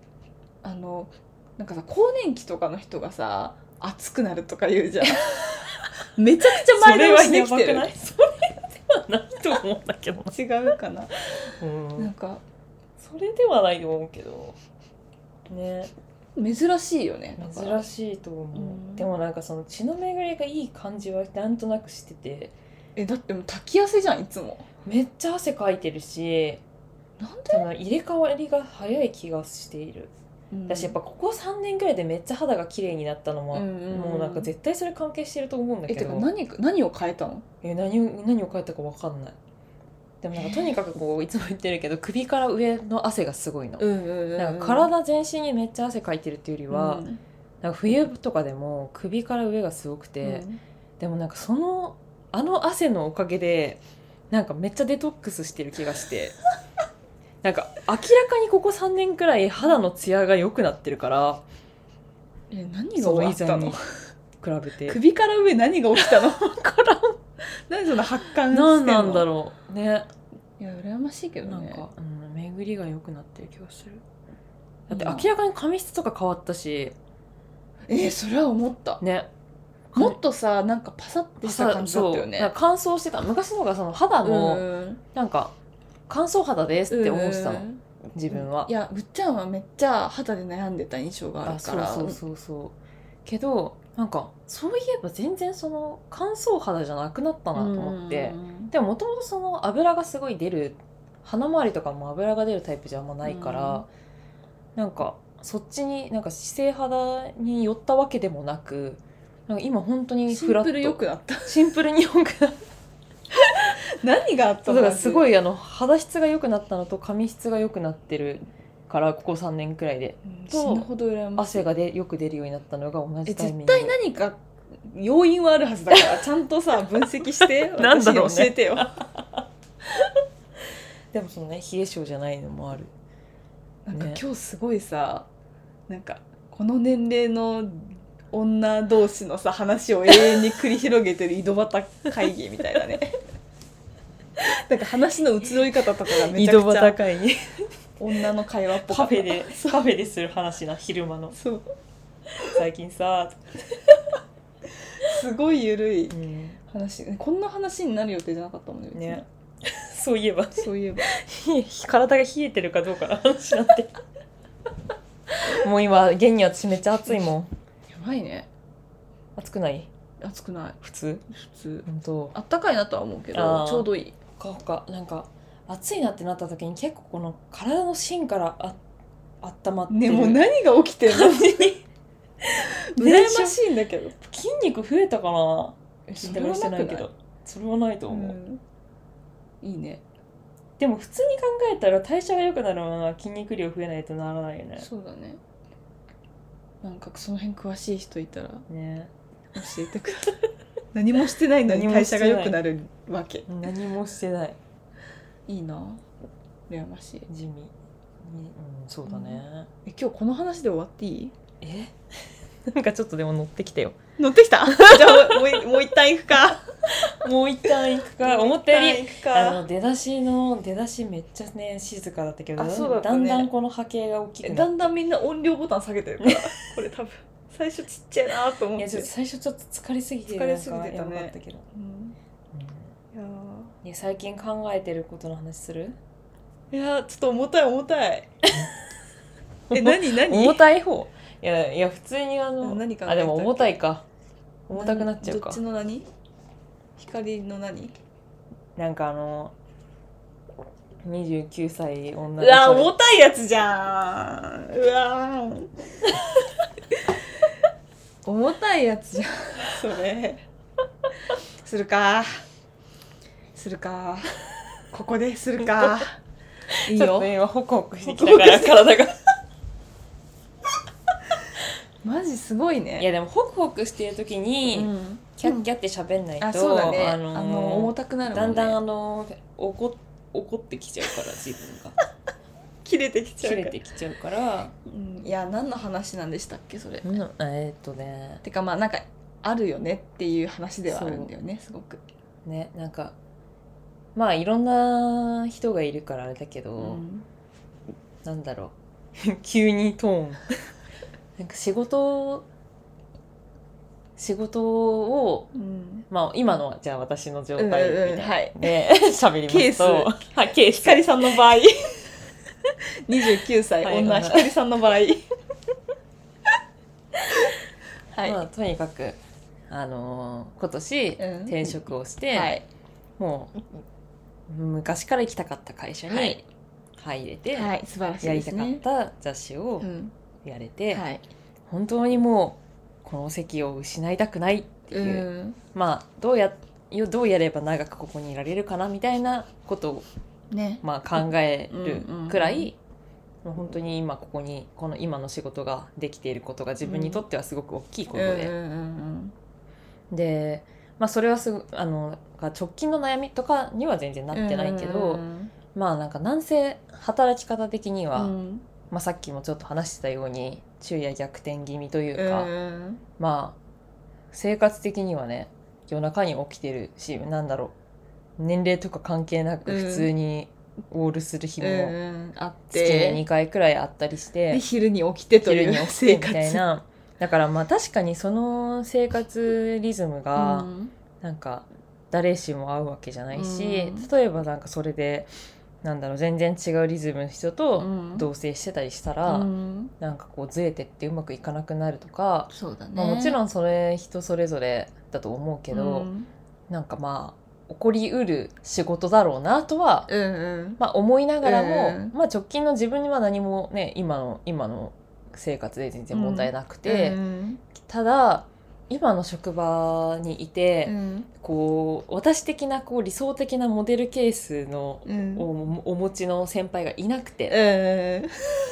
なんかさ更年期とかの人がさ暑くなるとか言うじゃんめちゃくちゃ前倒しできてる。 それはやばくない？それではないと思うんだけど違うかな、なんかそれではないと思うけどね。 珍しいよね。 珍しいと思う、でもなんかその血の巡りがいい感じはなんとなくしてて。 だってもう滝汗じゃんいつも。 めっちゃ汗かいてるし、 なんで入れ替わりが早い気がしている。私やっぱここ3年くらいでめっちゃ肌が綺麗になったのも、もうなんか絶対それ関係してると思うんだけど。 てか何を変えたの？ 何を変えたか分かんない。でもなんかとにかくこういつも言ってるけど首から上の汗がすごいの。なんか体全身にめっちゃ汗かいてるっていうよりは、なんか冬とかでも首から上がすごくて、でもなんかあの汗のおかげでなんかめっちゃデトックスしてる気がしてなんか明らかにここ3年くらい肌のツヤが良くなってるから。 何が起きたの？ 比べて首から上何が起きたの？から何その発汗してんの？ 何なんだろうね。 いや羨ましいけどね。 なんか、巡りが良くなってる気がする。だって明らかに髪質とか変わったし。 それは思ったね。 もっとさなんかパサッてした感じだったよね。 乾燥してた。昔の方がその肌もなんか乾燥肌ですって思ってたの、自分は。 いやぐっちゃんはめっちゃ肌で悩んでた印象があるから。 そうけどなんかそういえば全然その乾燥肌じゃなくなったなと思って。でももともとその油がすごい出る、鼻周りとかも油が出るタイプじゃあんまないから、なんかそっちになんか姿勢肌に寄ったわけでもなく、なんか今本当にフラッとシンプル良くなった。 シンプルに良くなった何があったの？ だからすごい肌質が良くなったのと髪質が良くなってるからここ3年くらいで、 死ぬほど羨ましい。 汗がよく出るようになったのが同じタイミング。 絶対何か要因はあるはずだからちゃんとさ分析してなんだろう、ね、 私に教えてよでもそのね冷え性じゃないのもある。 なんか今日すごいさ、なんかこの年齢の女同士のさ話を永遠に繰り広げてる井戸端会議みたいなねなんか話の移ろい方とかがめちゃくちゃ井戸端会議女の会話っぽかった。カフェでする話な、昼間の。そう最近さすごいゆるい話、こんな話になる予定じゃなかったもんね。そういえば体が冷えてるかどうかの話になってもう今現に私めっちゃ暑いもん。やばいね。暑くない？暑くない。普通本当。あったかいなとは思うけどちょうどいい。なんか暑いなってなった時に結構この体の芯から温まってるね。もう何が起きてるの羨ましいんだけど。筋肉増えたかな。それはしてないけど。それはないと思う、いいね。でも普通に考えたら代謝が良くなるのは筋肉量増えないとならないよね。そうだね。なんかその辺詳しい人いたらね教えてください何もしてないのに代謝が良くなるわけ。何もしてない。いいな、羨ましい。地味。 そうだね、 今日この話で終わっていい？ なんかちょっとでも乗ってきてよ。 乗ってきたじゃあもう一旦行くかもう一旦行くか。思ったより出だしめっちゃね静かだったけど、 そうだったね、 だんだんこの波形が大きくなって、 だんだんみんな音量ボタン下げてるからこれ多分最初ちっちゃいなと思って。 いや最初ちょっと疲れすぎてたね。 やばかったけど、いや最近考えてることの話する？ いやちょっと重たい何重たい方？いや普通に何かでも重たいか。重たくなっちゃうか。 どっちの何？光の何？ なんか29歳女。 うわ重たいやつじゃん。うわ重たいやつじゃんそれ。するかここでするかいいよ。 ちょっと今ホクホクしてきたから体がマジすごいね。 いやでもホクホクしてる時に、キャッキャって喋んないと、 そうだね、重たくなるもんね。 だんだん怒ってきちゃうから自分が切れてきちゃうから、いや何の話なんでしたっけそれ。てかまあなんかあるよねっていう話ではあるんだよね、すごくね。なんかまあいろんな人がいるからあれだけど、なんだろう急にトーンなんか仕事を、まあ今のはじゃあ私の状態みたいで喋りますと、ケース光さんの場合29歳女光さんの場合まあとにかく今年転職をして、もう昔から行きたかった会社に入れて、 素晴らしいですね。 やりたかった雑誌をやれて、本当にもうこの席を失いたくないっていう、まあどうやれば長くここにいられるかなみたいなことを、まあ考えるくらい、もう本当に今ここにこの今の仕事ができていることが自分にとってはすごく大きいことで、で、まあそれは直近の悩みとかには全然なってないけど、まあなんかなんせ働き方的には、まあ、さっきもちょっと話してたように昼夜逆転気味というか、まあ生活的にはね夜中に起きてるし、なんだろう、年齢とか関係なく普通にオールする日も月に2回くらいあったりして、 昼に起きてという生活みたいな。だからまあ確かにその生活リズムがなんか誰しも合うわけじゃないし、例えばなんかそれでなんだろう、全然違うリズムの人と同棲してたりしたら、なんかこうずれてってうまくいかなくなるとか、 そうだね、 まあ、もちろんそれ人それぞれだと思うけど、なんかまあ起こりうる仕事だろうなとは、まあ、思いながらも、まあ、直近の自分には何もね今の生活で全然問題なくて、ただ今の職場にいて、こう私的なこう理想的なモデルケースの、お持ちの先輩がいなくて、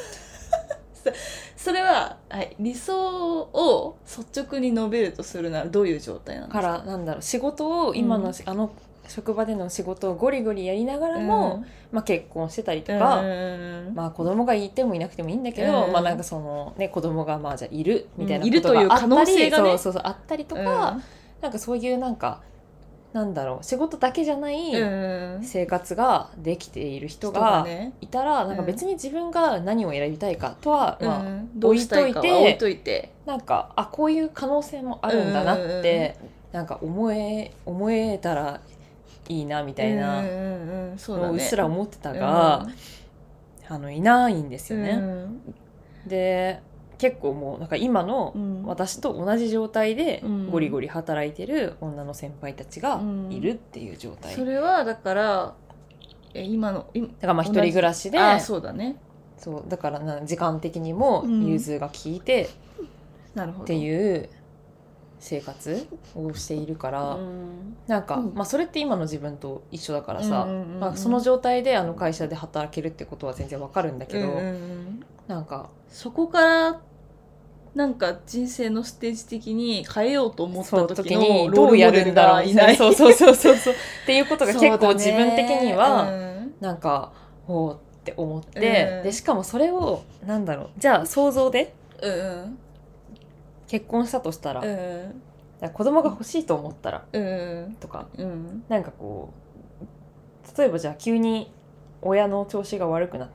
それは、理想を率直に述べるとするならどういう状態なんですか？ からなんだろう、仕事を今の、職場での仕事をゴリゴリやりながらも、まあ、結婚してたりとか、まあ、子供がいてもいなくてもいいんだけど、まあ、なんかその、ね、子供がまあじゃあいるみたいなことがあったり、可能性がね、そうあったりとか、なんかそういうなんかなんだろう、仕事だけじゃない生活ができている人がいたら、なんか別に自分が何を選びたいかとは、まあ置いといて、なんかこういう可能性もあるんだなって、なんか思えたらいいなみたいなのをうっすら思ってたが、いないんですよね。で結構もうなんか今の私と同じ状態でゴリゴリ働いてる女の先輩たちがいるっていう状態、 それはだからだからまあ一人暮らしで、 そうだね、 そうだから時間的にも融通が効いてっていう生活をしているから、なんか、まあ、それって今の自分と一緒だからさ、まあ、その状態で会社で働けるってことは全然わかるんだけど、なんかそこからなんか人生のステージ的に変えようと思った時にどうやるんだろうみたいな、そうっていうことが結構自分的にはなんかってって思って、でしかもそれをなんだろう、じゃあ想像で結婚したとしたら、だから子供が欲しいと思ったら、とか、なんかこう例えばじゃあ急に親の調子が悪くなって、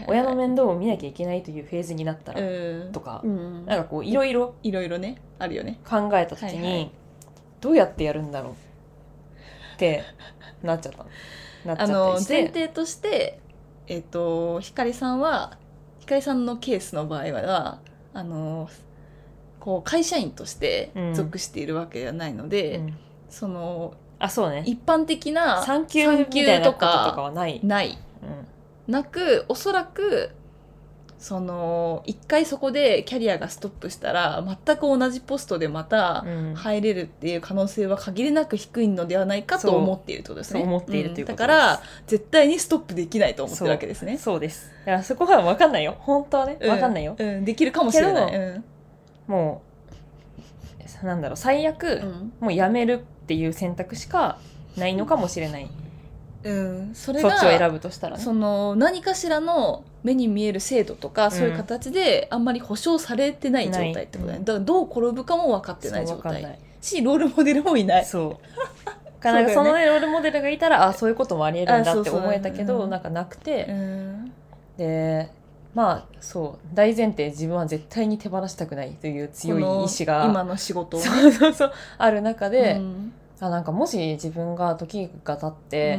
親の面倒を見なきゃいけないというフェーズになったら、とか、なんかこういろいろねあるよね考えた時に、どうやってやるんだろうってなっちゃった前提としてひかりさんのケースの場合はこう会社員として属しているわけではないので、 そうね、 一般的な産休みたいなこととかはないなく、おそらく一回そこでキャリアがストップしたら全く同じポストでまた入れるっていう可能性は限りなく低いのではないかと思っているということですね。 そう思っているということです。 だから絶対にストップできないと思ってるわけですね。 そうです。だからそこは分かんないよ、本当はね、分かんないよ、 できるかもしれない、 もうなんだろう、最悪、もう辞めるっていう選択しかないのかもしれない、それがそっちを選ぶとしたらね、 何かしらの目に見える制度とか、そういう形であんまり保証されてない状態ってことだね。だからどう転ぶかも分かってない状態し、ロールモデルもいない。 そうなんかそのね、ロールモデルがいたらそういうこともありえるんだって思えたけど、なんかなくて、でそう大前提、自分は絶対に手放したくないという強い意志が今の仕事をねある中で、なんかもし自分が時が経って、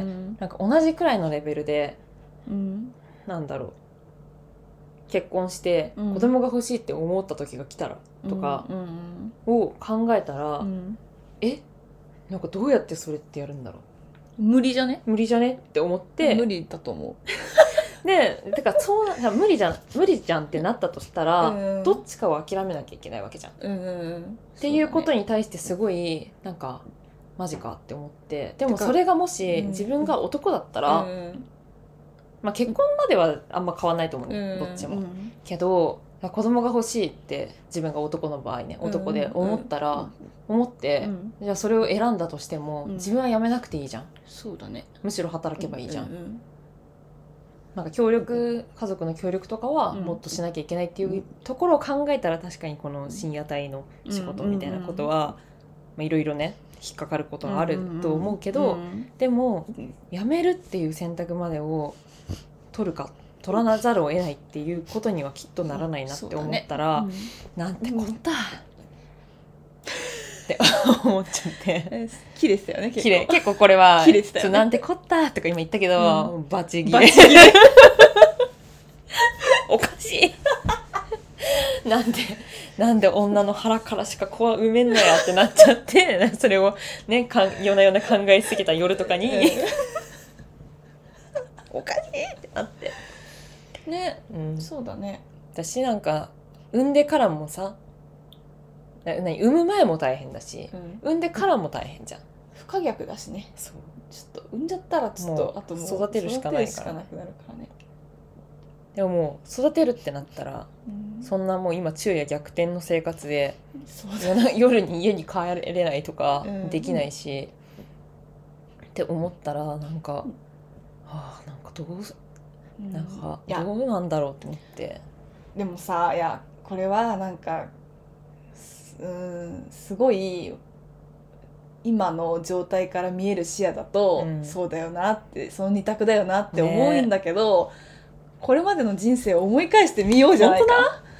なんか同じくらいのレベルで、なんだろう、結婚して子供が欲しいって思った時が来たらとかを考えたら、なんかどうやってそれってやるんだろう、無理じゃねって思って、無理だと思うで、てか無理じゃんってなったとしたら、どっちかを諦めなきゃいけないわけじゃん、っていうことに対してすごいなんかマジかって思って。でもそれがもし自分が男だったら、結婚まではあんま変わんないと思うね、どっちも、けど子供が欲しいって自分が男の場合ね、男で思って、じゃあそれを選んだとしても、自分は辞めなくていいじゃん。そうだね、むしろ働けばいいじゃん、なんか家族の協力とかはもっとしなきゃいけないっていうところを考えたら、確かにこの深夜帯の仕事みたいなことはいろいろね引っかかることはあると思うけど、でも辞めるっていう選択までを取らざるを得ないっていうことにはきっとならないなって思ったら、なんてこったって思っちゃって綺麗ですよね、 結構これは綺麗でしたよね。 なんてこったとか今言ったけど、バチ切れおかしいなんで女の腹からしか子は埋めんのやってなっちゃって、それをね夜な夜な考えすぎた夜とかにおかしいってなってね、そうだね。 私なんか産んでからもさ、産む前も大変だし、産んでからも大変じゃん。 不可逆だしね。 そう、 ちょっと産んじゃったらちょっとあともう育てるしかないからなくなるからね。 でももう育てるってなったら、そんなもう今昼夜逆転の生活で、夜に家に帰れないとかできないし、って思ったらなんか、なんかどうなんだろうって思って。 でもさ、これはなんかすごい今の状態から見える視野だと、そうだよなって、その二択だよなって思うんだけど、これまでの人生を思い返してみようじゃないか。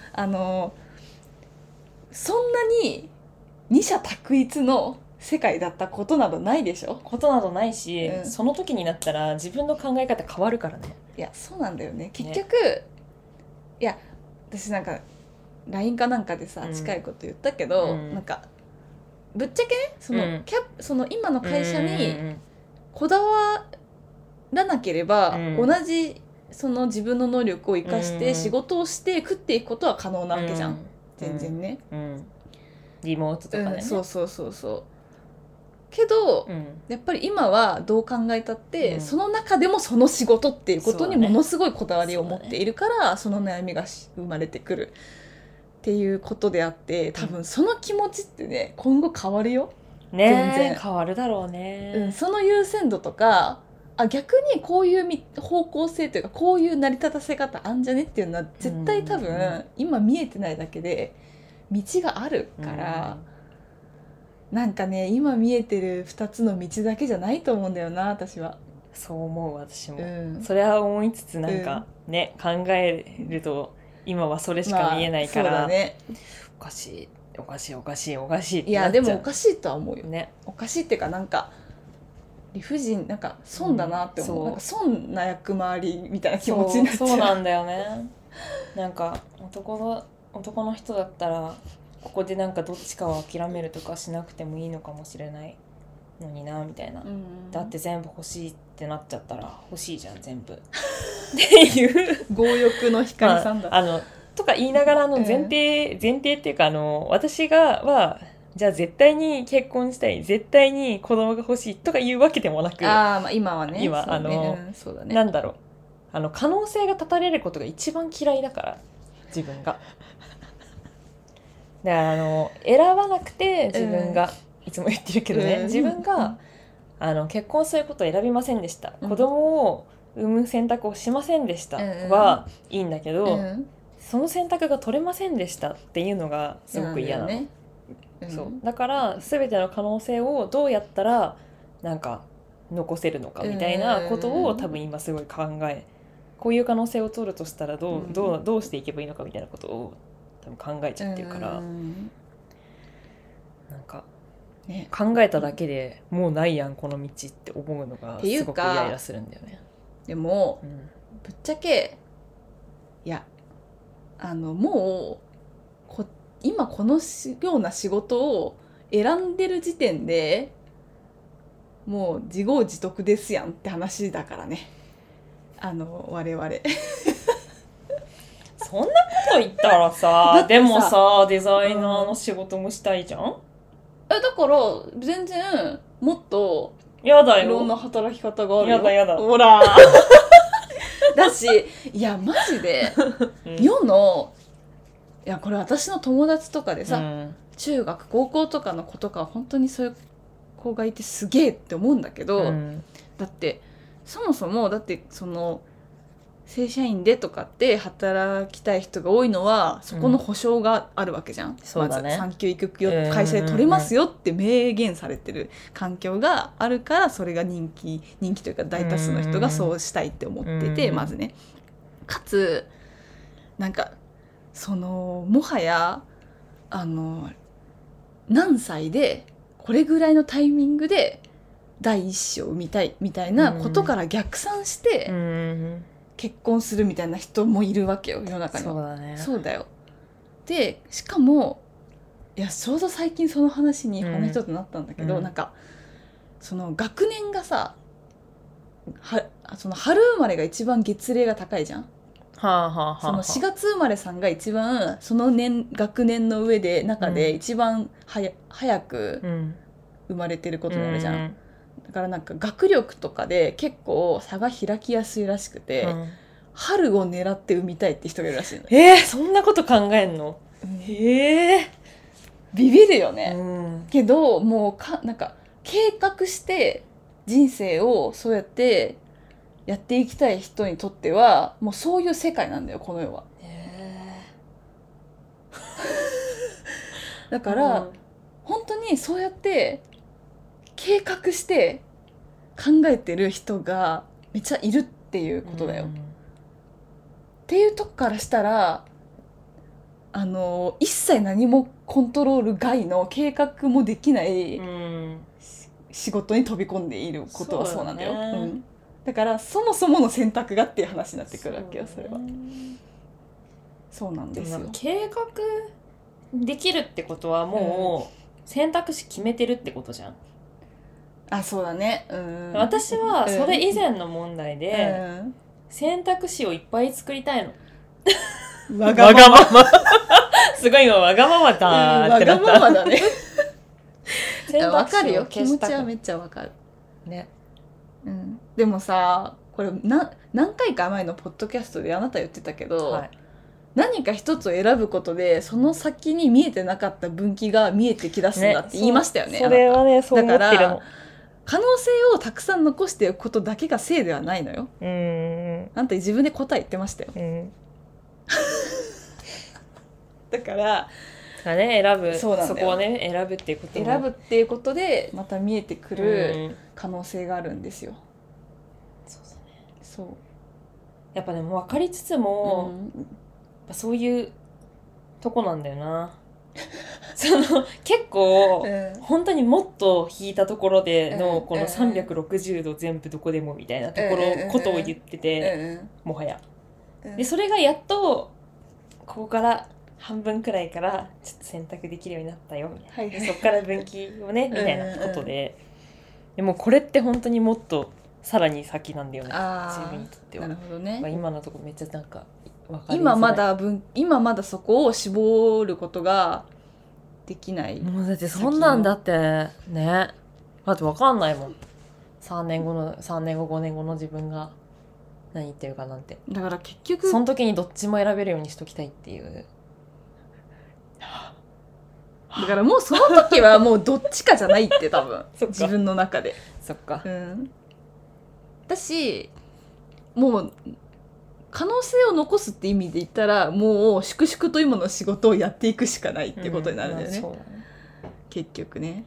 そんなに二者択一の世界だったことなどないでしょ。 ことなどないし、その時になったら自分の考え方変わるからね。 いや、そうなんだよね。結局、いや私なんか LINE かなんかでさ、近いこと言ったけど、なんかぶっちゃけね、その今の会社にこだわらなければ、同じその自分の能力を生かして仕事をして食っていくことは可能なわけじゃん、全然ね、 リモートとかね、 そうけど、やっぱり今はどう考えたって、その中でもその仕事っていうことにものすごいこだわりを持っているから、その悩みが生まれてくるっていうことであって、多分その気持ちってね、今後変わるよ、 全然変わるだろうね、 その優先度とか逆にこういう方向性というかこういう成り立たせ方あんじゃねっていうのは絶対多分今見えてないだけで道があるから、なんかね今見えてる2つの道だけじゃないと思うんだよな私は。 そう思う私も、それは思いつつなんかね、考えると今はそれしか見えないから、 そうだね、 おかしいおかしいおかしいおかしいっていなっちゃう。 やでもおかしいとは思うよね。おかしいっていうかなんか理不尽なんか損だなって思う、なんか損な役回りみたいな気持ちになっちゃう。 そうなんだよね。なんか男の人だったらここでなんかどっちかを諦めるとかしなくてもいいのかもしれないのになみたいな、だって全部欲しいってなっちゃったら欲しいじゃん全部っていう強欲の光さんだ、 とか言いながら前提っていうか私はじゃあ絶対に結婚したい絶対に子供が欲しいとかいうわけでもなく、 まあ今はね今そうだね、 なんだろう可能性が絶たれることが一番嫌いだから自分がだから選ばなくて自分が、いつも言ってるけどね、自分が結婚することを選びませんでした、子供を産む選択をしませんでした、はいいんだけど、その選択が取れませんでしたっていうのがすごく嫌なの、そうだから全ての可能性をどうやったらなんか残せるのかみたいなことを多分今すごいこういう可能性を取るとしたらどうしていけばいいのかみたいなことを多分考えちゃってるから、なんか、ね、考えただけでもうないやんこの道って思うのがすごくイライラするんだよね。 でも、ぶっちゃけいやもう今このような仕事を選んでる時点でもう自業自得ですやんって話だからね我々 そんなこと言ったらさでもさデザイナーの仕事もしたいじゃん、 だから全然もっとやだよいろんな働き方があるよ。 やだほらだしいやマジで世のいやこれ私の友達とかでさ、中学高校とかの子とか本当にそういう子がいてすげえって思うんだけど、だってそもそもだってその正社員でとかって働きたい人が多いのはそこの保証があるわけじゃん、 そうだね、 まず産休育休会社で取れますよって明言されてる環境があるからそれが人気というか大多数の人がそうしたいって思ってて、まずねかつなんかそのもはや何歳でこれぐらいのタイミングで第一子を産みたいみたいなことから逆算して結婚するみたいな人もいるわけよ世の中には。 そうだね。 そうだよ。でしかもいやちょうど最近その話に他の人となったんだけど、なんかその学年がさその春生まれが一番月齢が高いじゃん。その4月生まれさんが一番その学年の上で中で一番早く生まれてることになるじゃん、だからなんか学力とかで結構差が開きやすいらしくて、春を狙って産みたいって人がいるらしいの。 そんなこと考えんの？ ビビるよね、けどもうなんか計画して人生をそうやってやっていきたい人にとってはもうそういう世界なんだよこの世は。だから、本当にそうやって計画して考えてる人がめっちゃいるっていうことだよ、っていうとこからしたら一切何もコントロール外の計画もできない、仕事に飛び込んでいることはそうなんだよ。だからそもそもの選択がっていう話になってくるわけよそれは。そうなんですよ。 計画できるってことはもう選択肢決めてるってことじゃん。 そうだね。 私はそれ以前の問題で、選択肢をいっぱい作りたいの。わがまますごい今わがままだってなった。 わがままだね。わかるよ気持ちはめっちゃわかるね。でもさこれ何回か前のポッドキャストであなた言ってたけど、何か一つを選ぶことでその先に見えてなかった分岐が見えてきだすんだって言いましたよね。 それはねそう思ってるの。 可能性をたくさん残しておくことだけが正ではないのよ。あんた自分で答え言ってましたよ。だからね、選ぶ、 そうなんだよ。 そこをね選ぶっていうことも選ぶっていうことでまた見えてくる可能性があるんですよ。 そうだね。 そうやっぱでも分かりつつも、やっぱそういうとこなんだよな。その結構、本当にもっと引いたところでの、この360度全部どこでもみたいなところ、ことを言ってて、もはや、でそれがやっとここから半分くらいからちょっと選択できるようになったよみたいな、そっから分岐をねみたいなことで、でもこれって本当にもっとさらに先なんだよね、自分にとっては。 なるほどね。 今のとこめっちゃなんか分かりづらい。 今まだそこを絞ることができない。 もうだってそんなんだってね、だって分かんないもん。3年後5年後の自分が何言ってるかなんて。 だから結局その時にどっちも選べるようにしときたいっていう。 だからもうその時はもうどっちかじゃないって多分自分の中で。 そっか。 だしもう可能性を残すって意味で言ったらもう粛々と今の仕事をやっていくしかないってことになるんだよね、そうだね、結局ね。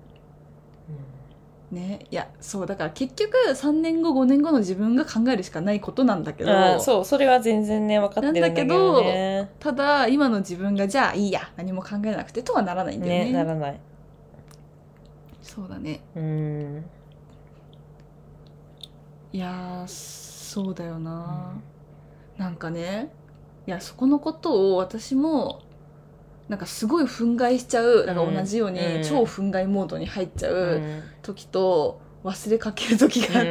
ね、いやそうだから結局3年後5年後の自分が考えるしかないことなんだけど、 そうそれは全然ね分かってるんだけどね。 ただ今の自分がじゃあいいや何も考えなくてとはならないんだよね。 ならない。 そうだね。いやそうだよな、なんかね、いやそこのことを私もなんかすごい憤慨しちゃう、なんか同じように超憤慨モードに入っちゃう時と忘れかける時があって、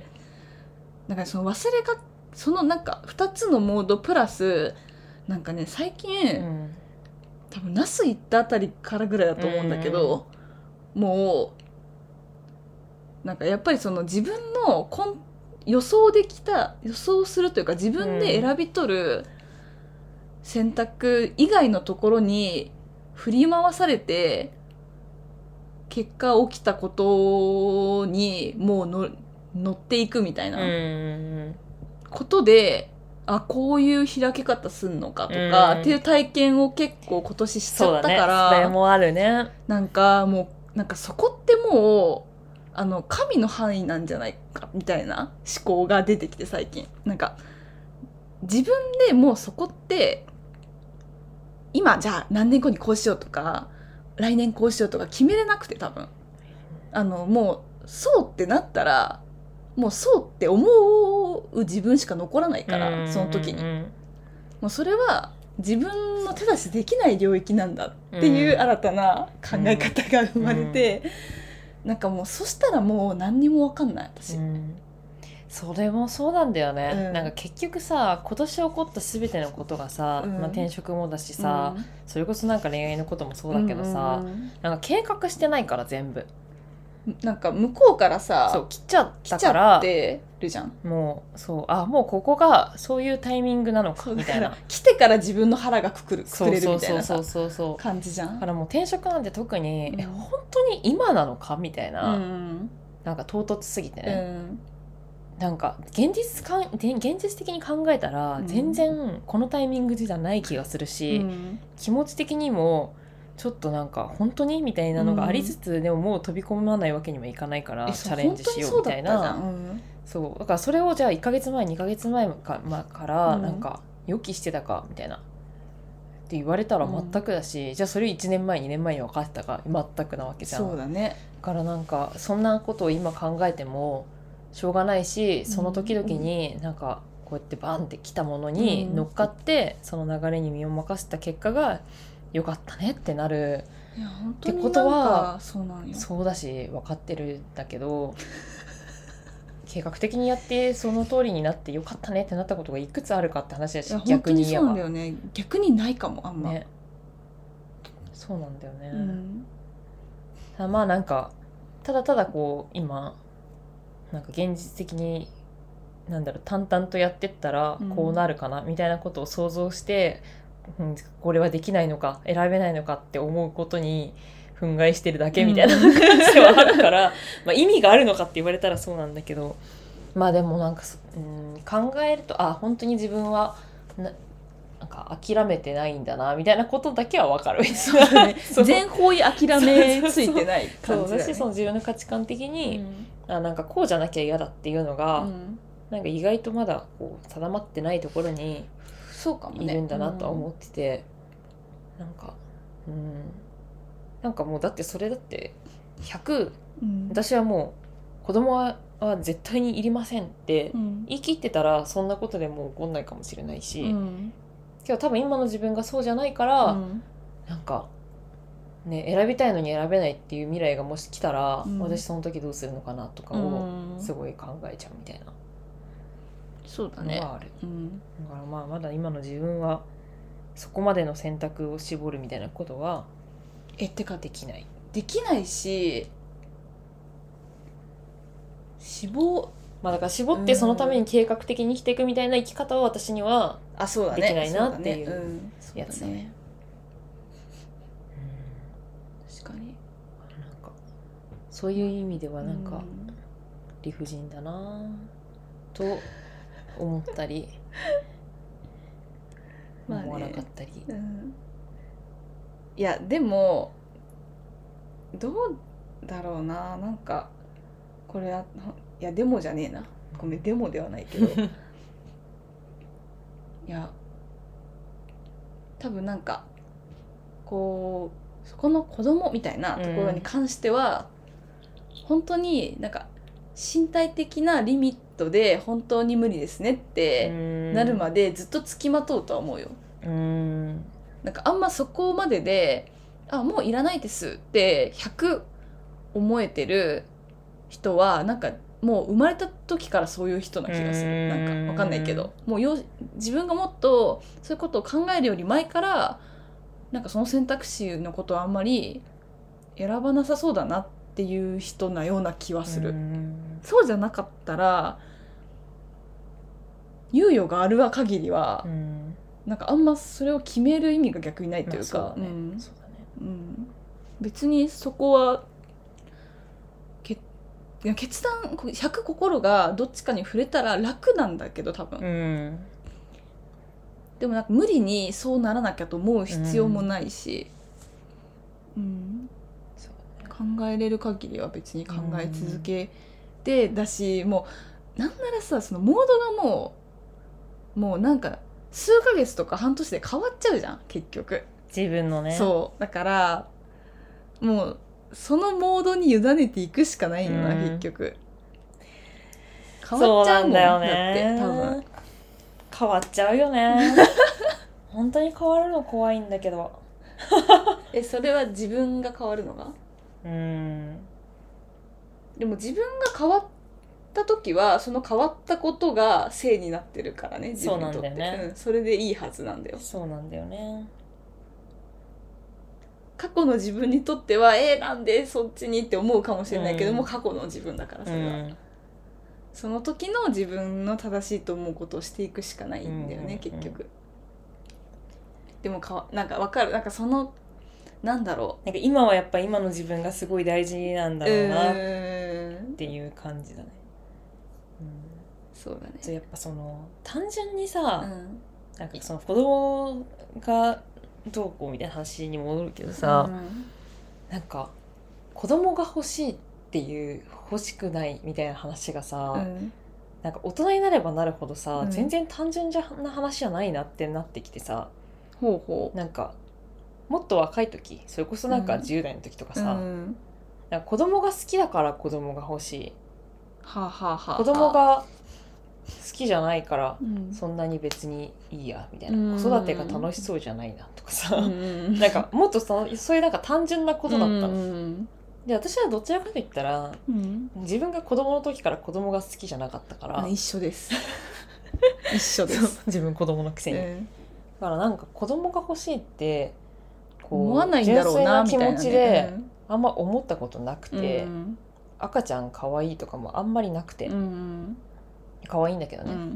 なんかそのなんか2つのモードプラスなんかね最近、多分那須行ったあたりからぐらいだと思うんだけど、もうなんかやっぱりその自分の予想するというか自分で選び取る選択以外のところに振り回されて結果起きたことにもう乗っていくみたいなことで、こういう開け方すんのかとかっていう体験を結構今年しちゃったから、 それもあるね。 なんかもうなんかそこってもう神の範囲なんじゃないかみたいな思考が出てきて最近。なんか自分でもうそこって今じゃあ何年後にこうしようとか来年こうしようとか決めれなくて、多分もうそうってなったらもうそうって思う自分しか残らないから、その時にもうそれは自分の手出しできない領域なんだっていう新たな考え方が生まれて、なんかもうそしたらもう何にも分かんない私、 それもそうなんだよね、なんか結局さ今年起こった全てのことがさ、転職もだしさ、それこそなんか恋愛のこともそうだけどさ、なんか計画してないから全部なんか向こうからさそう来ちゃったからってるじゃん。 もうもうここがそういうタイミングなのかみたいな、 来てから自分の腹がくくれるみたいな感じじゃん。 だからもう転職なんて特に、本当に今なのかみたいな、なんか唐突すぎてね、なんか現実的に考えたら全然このタイミングじゃない気がするし、気持ち的にもちょっとなんか本当にみたいなのがありつつ、でももう飛び込まないわけにもいかないからチャレンジしようみたいな。そうだからそれをじゃあ1ヶ月前2ヶ月前からなんか予期してたかみたいなって言われたら全くだし、じゃあそれ1年前2年前に分かってたか全くなわけじゃん。 そうだね。 だからなんかそんなことを今考えてもしょうがないし、その時々になんかこうやってバンってきたものに乗っかってその流れに身を任せた結果がよかったねってなるってことはそうだし分かってるんだけど計画的にやってその通りになってよかったねってなったことがいくつあるかって話だし、逆に言えば本当にそうなんだよね。逆にないかもあんま、 ね、そうなんだよね、まあなんかただただこう今なんか現実的に淡々とやってったらこうなるかなみたいなことを想像して、これはできないのか選べないのかって思うことに憤慨してるだけみたいな感じではあるから、まあ意味があるのかって言われたらそうなんだけど、まあでもなんか、考えると本当に自分はなんか諦めてないんだなみたいなことだけは分かる。 そうだね全方位諦めついてない感じだよね。 そう私その自分の価値観的に、なんかこうじゃなきゃ嫌だっていうのが、なんか意外とまだこう定まってないところにいるんだなとは思ってて、なんかもうだってそれだって100、私はもう子供は絶対にいりませんって言い切ってたらそんなことでもう起こんないかもしれないし、けど多分今の自分がそうじゃないから、なんかね選びたいのに選べないっていう未来がもし来たら、私その時どうするのかなとかをすごい考えちゃうみたいなそうだねのがある。だからまあまだ今の自分はそこまでの選択を絞るみたいなことはてかできないしだから絞ってそのために計画的に生きていくみたいな生き方は私にはできないなっていうやつだね。 確かになんかそういう意味ではなんか理不尽だなと思ったり思わなかったり、 いやでもどうだろうな、なんかこれいやデモじゃねえな、ごめんデモではないけどいや多分なんかこうそこの子供みたいなところに関しては、本当になんか身体的なリミットで本当に無理ですねってなるまでずっとつきまとうとは思うよ。なんかあんまそこまででもういらないですって100思えてる人はなんかもう生まれた時からそういう人な気がする。なんかわかんないけど、もう自分がもっとそういうことを考えるより前からなんかその選択肢のことをあんまり選ばなさそうだなっていう人なような気はする。そうじゃなかったら猶予がある限りは、なんかあんまそれを決める意味が逆にないというか、別にそこは決断100心がどっちかに触れたら楽なんだけど多分、でもなんか無理にそうならなきゃと思う必要もないし、考えれる限りは別に考え続けてだし、もうなんならさそのモードがもうなんか数ヶ月とか半年で変わっちゃうじゃん結局自分のね。 そうだからもうそのモードに委ねていくしかないよな、結局変わっちゃうもんだよね。だって多分変わっちゃうよね本当に変わるの怖いんだけどそれは自分が変わるのがでも自分が変わった時はその変わったことが正になってるからね、自分にとって。そうなんだよね、それでいいはずなんだよ。 そうなんだよね。 過去の自分にとってはなんでそっちにって思うかもしれないけども、過去の自分だからそれは、その時の自分の正しいと思うことをしていくしかないんだよね、結局。でもなんか分かる、なんかそのなんだろう、 なんか今はやっぱ今の自分がすごい大事なんだろうなっていう感じだね。 そうだね。 やっぱその単純にさ、なんかその子供がどうこうみたいな話に戻るけどさ、なんか子供が欲しいっていう欲しくないみたいな話がさ、なんか大人になればなるほどさ、全然単純な話じゃないなってなってきてさ、なんかもっと若い時、それこそなんか10代の時とかさ、なんか子供が好きだから子供が欲しい、子供が好きじゃないからそんなに別にいいやみたいな、子育てが楽しそうじゃないなとかさ、なんかもっとそういうなんか単純なことだったの。で私はどちらかといったら、自分が子供の時から子供が好きじゃなかったから、 一緒です一緒です自分子供のくせに、だからなんか子供が欲しいってこう思わないんだろうなみたいな、 純粋な気持ちであんま思ったことなくて、赤ちゃん可愛いとかもあんまりなくて、可愛いんだけどね、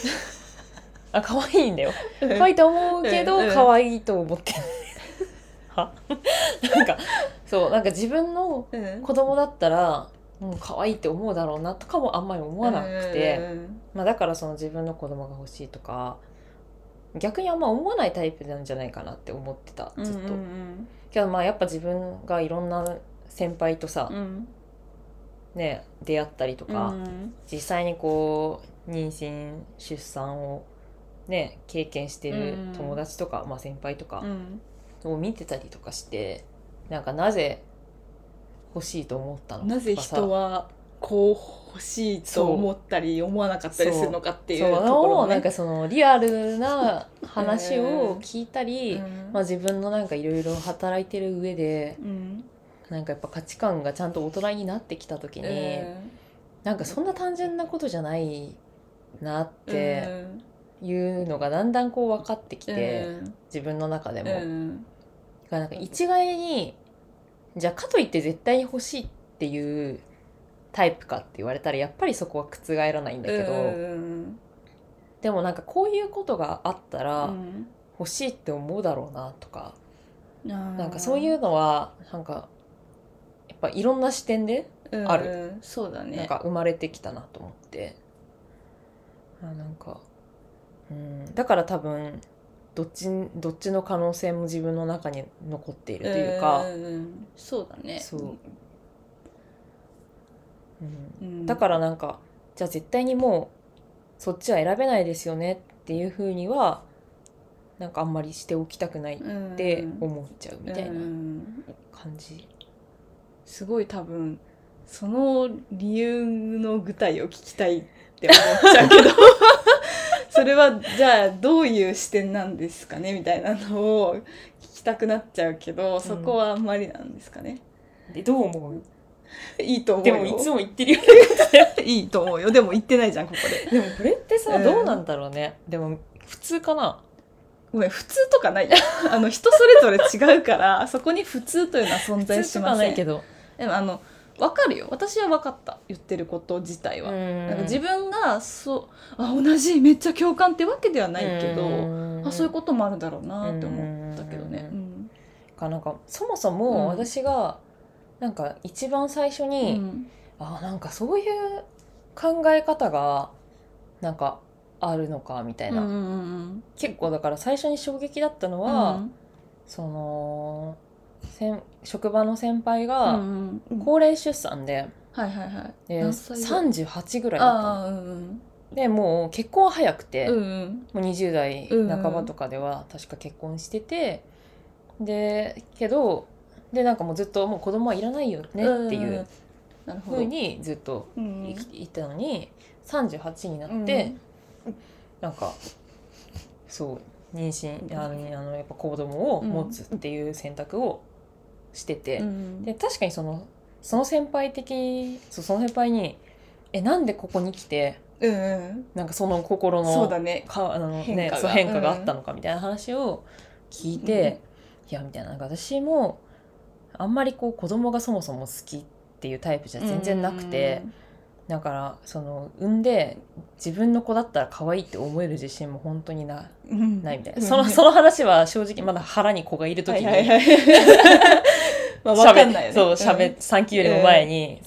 可愛いんだよ、可愛いと思うけど可愛いと思ってなんかそうなんか自分の子供だったら、もう可愛いって思うだろうなとかもあんまり思わなくて、まあ、だからその自分の子供が欲しいとか逆にあんま思わないタイプなんじゃないかなって思ってたずっと、けどまあやっぱ自分がいろんな先輩とさ、ね、出会ったりとか、実際にこう妊娠出産をね経験してる友達とか、まあ、先輩とかを見てたりとかして、なんかなぜ欲しいと思ったのかとかさ、 なぜ人はこう欲しいと思ったり思わなかったりするのかっていうところもね、 なんかそのリアルな話を聞いたり、まあ、自分のなんかいろいろ働いてる上で、なんかやっぱ価値観がちゃんと大人になってきた時に、なんかそんな単純なことじゃないなっていうのがだんだんこう分かってきて、自分の中でも、なんか一概にじゃあかといって絶対に欲しいっていうタイプかって言われたらやっぱりそこは覆らないんだけど、でもなんかこういうことがあったら欲しいって思うだろうなとか、なんかそういうのはなんかやっぱいろんな視点である、 そうだね、 なんか生まれてきたなと思って、なんか、だから多分どっちの可能性も自分の中に残っているというか、 そうだね、 そう、だからなんかじゃあ絶対にもうそっちは選べないですよねっていう風にはなんかあんまりしておきたくないって思っちゃうみたいな感じ、 すごい多分その理由の具体を聞きたいって思っちゃうけどそれはじゃあどういう視点なんですかねみたいなのを聞きたくなっちゃうけど、そこはあんまりなんですかね。 でどう思う？ いいと思うよ。 でもいつも言ってるよねいいと思うよ。でも言ってないじゃんここで。 でもこれってさ、どうなんだろうね。でも普通かな。 ごめん、普通とかないよ人それぞれ違うからそこに普通というのは存在しません。 ないけど、 でも分かるよ。私は分かった、言ってること自体は。なんか自分が同じめっちゃ共感ってわけではないけど、そういうこともあるだろうなって思ったけどね。 なんかそもそも私がなんか一番最初に、なんかそういう考え方がなんかあるのかみたいな、結構だから最初に衝撃だったのは、その職場の先輩が高齢出産で、38ぐらいだったの、でもう結婚は早くて、もう20代半ばとかでは確か結婚してて、でけどでなんかもうずっともう子供はいらないよねっていう風にずっと言ってたのに、38になって、なんかそう妊娠やっぱ子供を持つっていう選択をしてて、で確かにその先輩その先輩になんでここに来て、なんかその心の変化があったのかみたいな話を聞いて、いやみたいな、なんか私もあんまりこう子供がそもそも好きっていうタイプじゃ全然なくて、だから産んで自分の子だったら可愛いって思える自信も本当にないみたいな、その話は正直まだ腹に子がいる時に産休よりも前に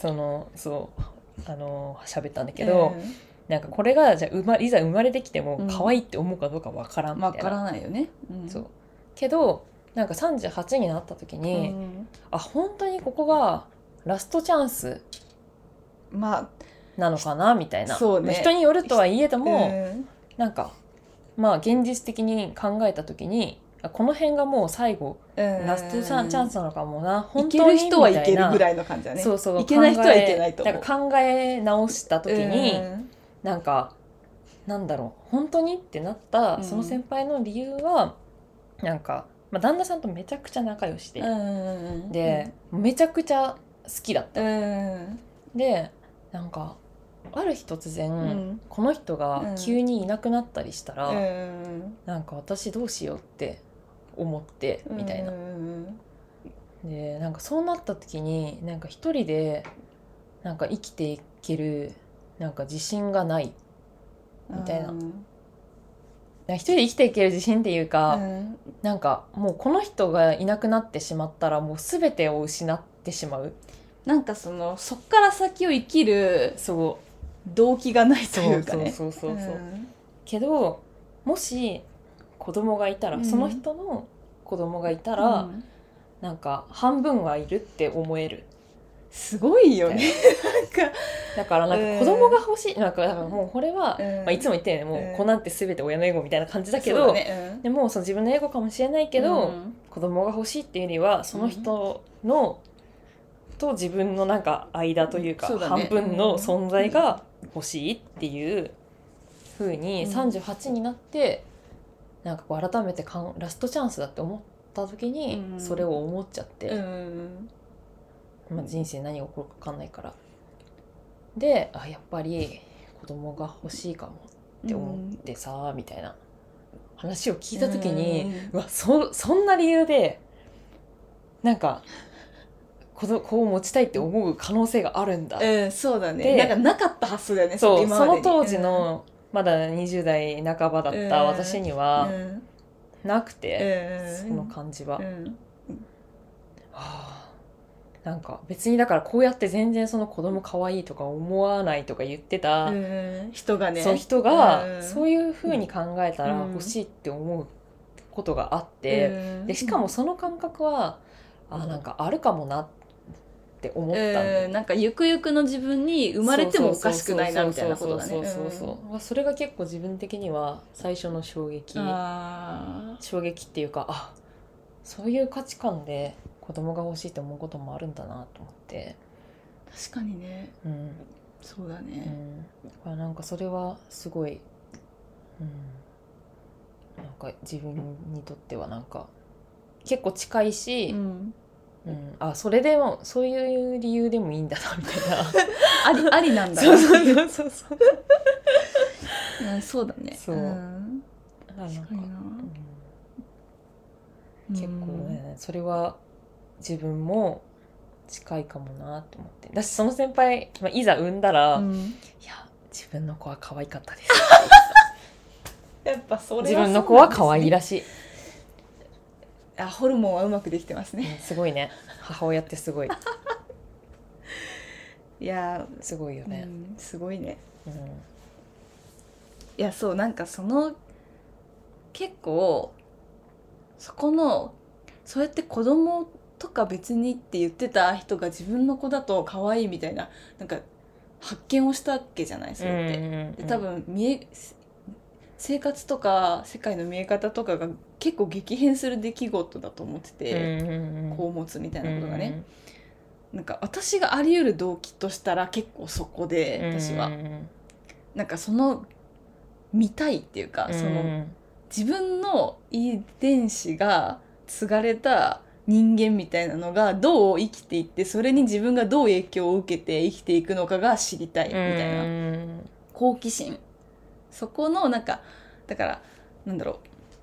喋ったんだけど、なんかこれがじゃあいざ生まれてきても可愛いって思うかどうかわからんみたいな、 わからないよね、 そうけどなんか38になった時に、本当にここがラストチャンスなのかなみたいな、人によるとはいえども、なんかまあ現実的に考えた時にこの辺がもう最後、ラストチャンスなのかもな、 本当にいける人はいけるぐらいの感じだね。いけない人はいけないと思う。 だから考え直した時に、なんかなんだろう本当にってなったその先輩の理由は、なんか、旦那さんとめちゃくちゃ仲良しで、でめちゃくちゃ好きだった、でなんかある日突然、この人が急にいなくなったりしたら、なんか私どうしようって思ってみたいな、でなんかそうなった時になんか一人でなんか生きていけるなんか自信がないみたいな一人で生きていける自信っていうか、なんかもうこの人がいなくなってしまったらもう全てを失ってしまう。 なんかそっから先を生きる動機がないというかね。 そう、けどもし子供がいたら、その人の子供がいたら、なんか半分はいるって思える。 すごいよね。 だからなんか子供が欲しい、だからもうこれは、いつも言ったよね、もう子なんて全て親のエゴみたいな感じだけど、でも自分のエゴかもしれないけど、子供が欲しいっていうよりはその人の、と自分のなんか間というか、半分の存在が欲しいっていう風に38になって、なんかこう改めてラストチャンスだって思った時にそれを思っちゃって、人生何が起こるか分かんないから、でやっぱり子供が欲しいかもって思ってさ、みたいな話を聞いた時に、そんな理由でなんか子を持ちたいって思う可能性があるんだ、 そうだね。なんかなかった発想だよね。 その当時の、まだ20代半ばだった私にはなくて、その感じは、なんか別にだからこうやって全然その子供可愛いとか思わないとか言ってた人がね、 人がそういう風に考えたら欲しいって思うことがあって、でしかもその感覚はなんかあるかもなって思ったんだよ。 なんかゆくゆくの自分に生まれてもおかしくないなみたいなことだね。 それが結構自分的には最初の衝撃っていうか、そういう価値観で子供が欲しいと思うこともあるんだなと思って。 確かにね、そうだね、 なんかそれはすごい、なんか自分にとってはなんか結構近いし、それでもそういう理由でもいいんだなみたいなありなんだな。そうだね。 そう、確かにな。結構ね、それは自分も近いかもなと思って。だしその先輩、いざ産んだら、いや自分の子は可愛かったですやっぱそれは自分の子は可愛いらしい。 ホルモンはうまくできてますね、 すごいね。母親ってすごいいやすごいよね、 すごいね、いやそう、なんか結構そうやって子供とか別にって言ってた人が自分の子だと可愛いみたいな、なんか発見をしたわけじゃない、それって、で多分生活とか世界の見え方とかが結構激変する出来事だと思ってて、子を持つみたいなことがね、なんか私があり得る動機としたら結構そこで、私はなんか見たいっていうか、自分の遺伝子が継がれた人間みたいなのがどう生きていって、それに自分がどう影響を受けて生きていくのかが知りたいみたいな好奇心、そこのなんか、だからなんだろう、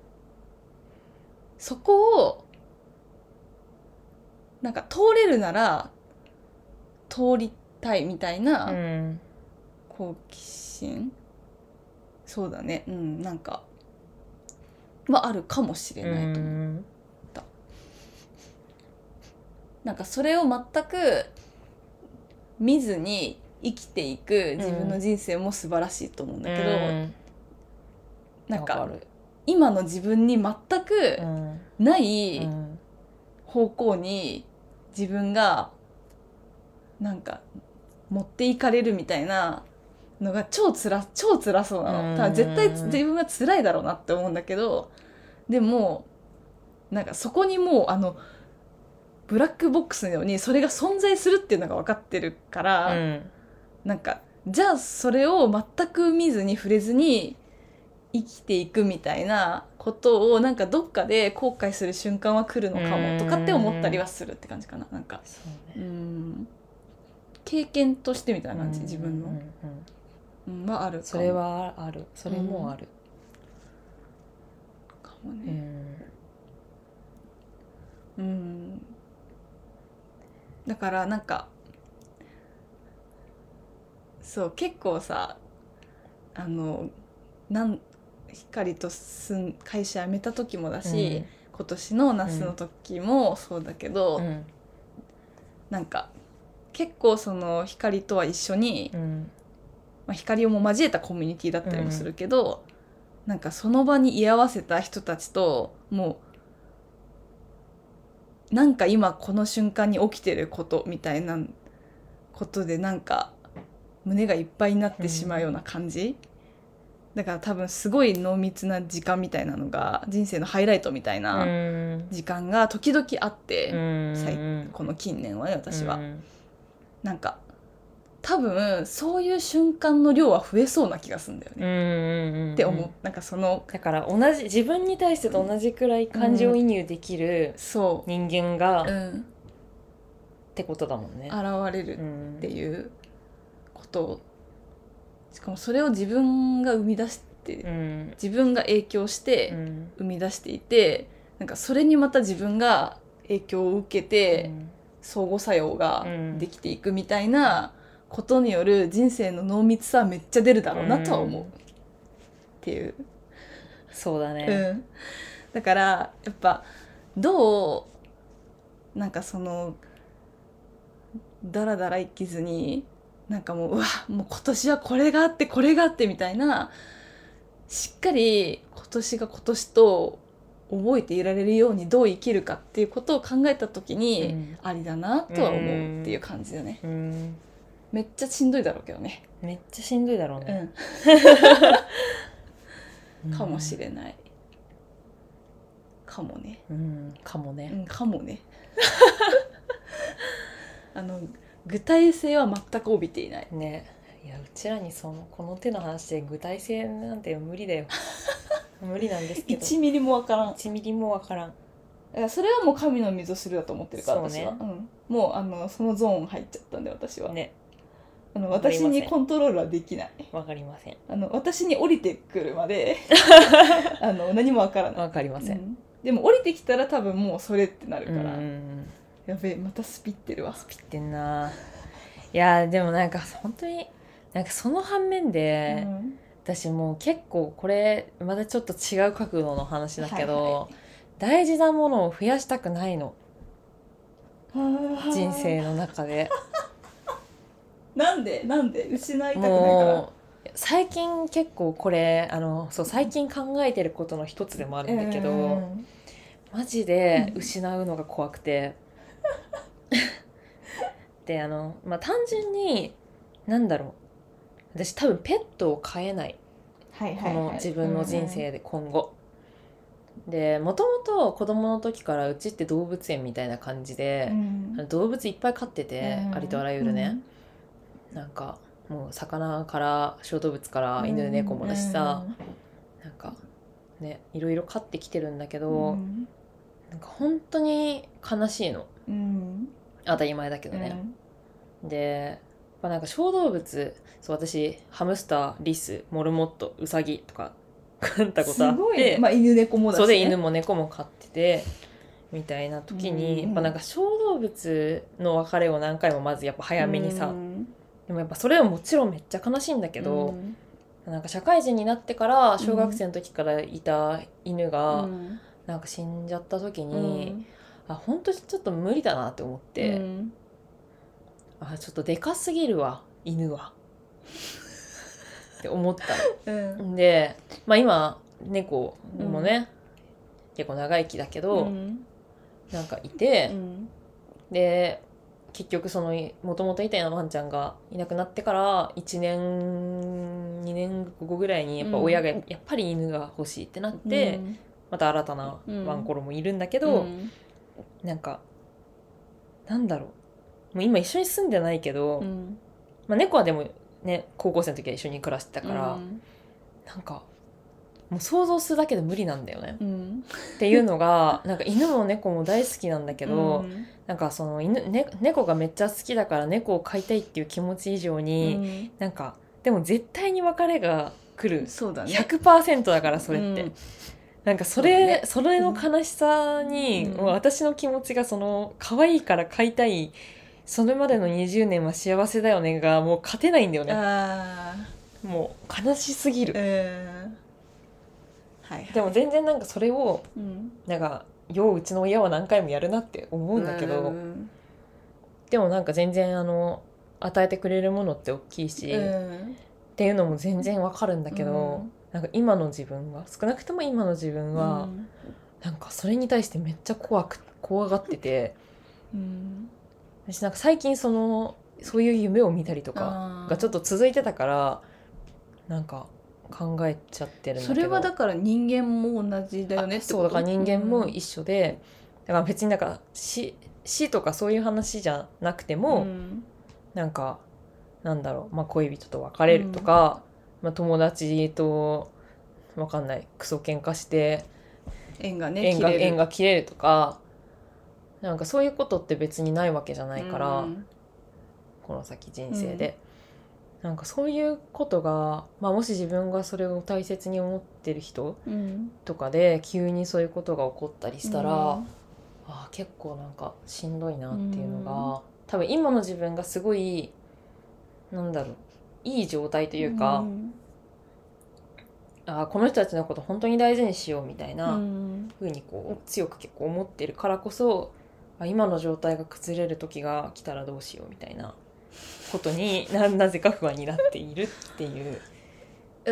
そこをなんか通れるなら通りたいみたいな好奇心、そうだね、なんかはあるかもしれないと思った。なんかそれを全く見ずに生きていく自分の人生も素晴らしいと思うんだけど、なんか今の自分に全くない方向に自分がなんか持っていかれるみたいなのが超辛そうなの。多分絶対自分は辛いだろうなって思うんだけど、でもなんかそこにもうブラックボックスのようにそれが存在するっていうのが分かってるから、なんかじゃあそれを全く見ずに触れずに生きていくみたいなことをなんかどっかで後悔する瞬間は来るのかもとかって思ったりはするって感じかな。なんかそう、ね、経験としてみたいな感じ、自分の、はあるかも。 それはある、それもある、 かもね。だからなんかそう結構さ、 光と会社辞めた時もだし、今年の夏の時もそうだけど、なんか結構その光とは一緒に、光をも交えたコミュニティだったりもするけど、なんかその場に居合わせた人たちともうなんか今この瞬間に起きてることみたいなことでなんか胸がいっぱいになってしまうような感じ、だから多分すごい濃密な時間みたいなのが人生のハイライトみたいな時間が時々あって、この近年はね私は、なんか多分そういう瞬間の量は増えそうな気がするんだよね、って思う。なんかそのだから自分に対してと同じくらい感情移入できる人間が、ってことだもんね。 現れるっていうことを、しかもそれを自分が生み出して、自分が影響して生み出していて、なんかそれにまた自分が影響を受けて、相互作用ができていくみたいなことによる人生の濃密さはめっちゃ出るだろうなとは思う、っていう。 そうだね、 だからやっぱどうなんかそのだらだら生きずになんかもうもう今年はこれがあってこれがあってみたいな、しっかり今年が今年と覚えていられるようにどう生きるかっていうことを考えた時に、ありだなとは思うっていう感じだね。めっちゃしんどいだろうけどね。 めっちゃしんどいだろうね、 かもしれない、かもね、 かもね、 かもね具体性は全く帯びていないね。いやうちらにこの手の話で具体性なんて無理だよ無理なんですけど 1ミリもわからん。 1ミリもわからん。 それはもう神の溝するだと思ってるから、私は、もうそのゾーン入っちゃったんで私はね。私にコントロールはできない。 わかりません。 私に降りてくるまで何もわからない。 わかりません、 でも降りてきたら多分もうそれってなるから、やべえまたスピってるわ。 スピってんな。いやでもなんか本当になんかその反面で、私もう結構これまたちょっと違う角度の話だけど、大事なものを増やしたくないの、人生の中でなんで失いたくないから。もう最近結構これ最近考えてることの一つでもあるんだけど、マジで失うのが怖くてで単純になんだろう、私多分ペットを飼えない、この自分の人生で今後、でもともと子供の時からうちって動物園みたいな感じで、動物いっぱい飼ってて、ありとあらゆるね、なんかもう魚から小動物から犬猫もだしさ、なんかねいろいろ飼ってきてるんだけど、なんか本当に悲しいの、当たり前だけどね、でなんか小動物、そう私ハムスター、リス、モルモット、ウサギとか飼ったことあって、すごいね、 犬猫もだしね、 そうで犬も猫も飼っててみたいな時に、やっぱなんか小動物の別れを何回もまずやっぱ早めにさ、でもやっぱそれはもちろんめっちゃ悲しいんだけど、なんか社会人になってから小学生の時からいた犬がなんか死んじゃった時に、本当にちょっと無理だなって思って、ちょっとでかすぎるわ犬はって思ったの、で、今猫もね、結構長生きだけど、なんかいて、で結局そのもともといたようなワンちゃんがいなくなってから1年2年後ぐらいにやっぱ親がやっぱり犬が欲しいってなって、また新たなワンコロもいるんだけど、なんかなんだろう、もう今一緒に住んでないけど、猫はでもね高校生の時は一緒に暮らしてたから、なんかもう想像するだけで無理なんだよね、っていうのがなんか犬も猫も大好きなんだけど、なんかその猫がめっちゃ好きだから猫を飼いたいっていう気持ち以上に、なんかでも絶対に別れが来る、100% だからそれって、なんかそれの悲しさに、もう私の気持ちがその可愛いから飼いたい、それまでの20年は幸せだよねがもう勝てないんだよね。もう悲しすぎる、 はいはい、 でも全然なんかそれを、 うん、 なんかよううちの親は何回もやるなって思うんだけど、でもなんか全然与えてくれるものって大きいし、っていうのも全然わかるんだけど、なんか今の自分は少なくとも今の自分は、なんかそれに対してめっちゃ怖がってて、私なんか最近そういう夢を見たりとかがちょっと続いてたから、なんか考えちゃってるんだけど。 それはだから人間も同じだよねってこと？ そうだから人間も一緒で、だから別になんか死とかそういう話じゃなくても、なんかなんだろう、まあ、恋人と別れるとか、まあ、友達とわかんないクソ喧嘩して縁が切れるとか、なんかそういうことって別にないわけじゃないから、この先人生で、なんかそういうことが、まあ、もし自分がそれを大切に思ってる人とかで急にそういうことが起こったりしたら、結構なんかしんどいなっていうのが、多分今の自分がすごいなんだろう、いい状態というか、この人たちのこと本当に大事にしようみたいな風にこう強く結構思ってるからこそ、今の状態が崩れる時が来たらどうしようみたいなことになぜか不安になっているっていう。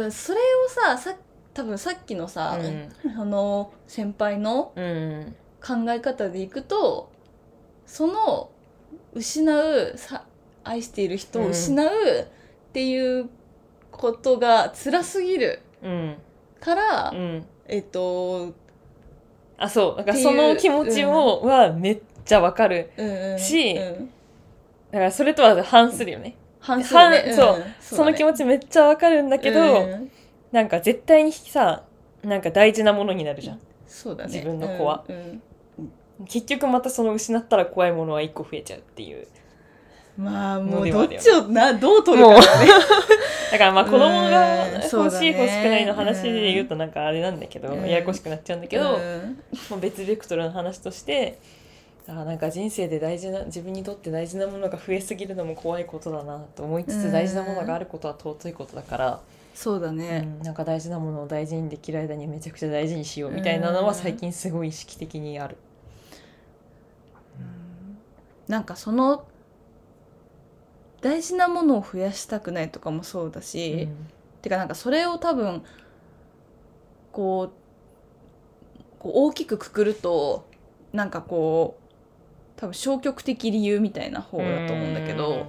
それを多分さっきのさ、先輩の考え方でいくと、その愛している人を失うっていうことが辛すぎるから、 そうだからその気持ちはめっちゃわかるし、だからそれとは反するよね。その気持ちめっちゃわかるんだけど、なんか絶対にさ、なんか大事なものになるじゃん。 そうだね、 自分の子は、結局またその失ったら怖いものは1個増えちゃうっていう。 まあもうどっちをどう取るかだね。 だからまあ子供が欲しい欲しくないの話で言うとなんかあれなんだけど、ややこしくなっちゃうんだけど、別ベクトルの話として、なんか人生で自分にとって大事なものが増えすぎるのも怖いことだなと思いつつ、大事なものがあることは尊いことだから、 そうだね、 なんか大事なものを大事にできる間にめちゃくちゃ大事にしようみたいなのは最近すごい意識的にある。 なんかその大事なものを増やしたくないとかもそうだし、てかなんかそれを多分こう大きくくくるとなんかこう多分消極的理由みたいな方だと思うんだけど、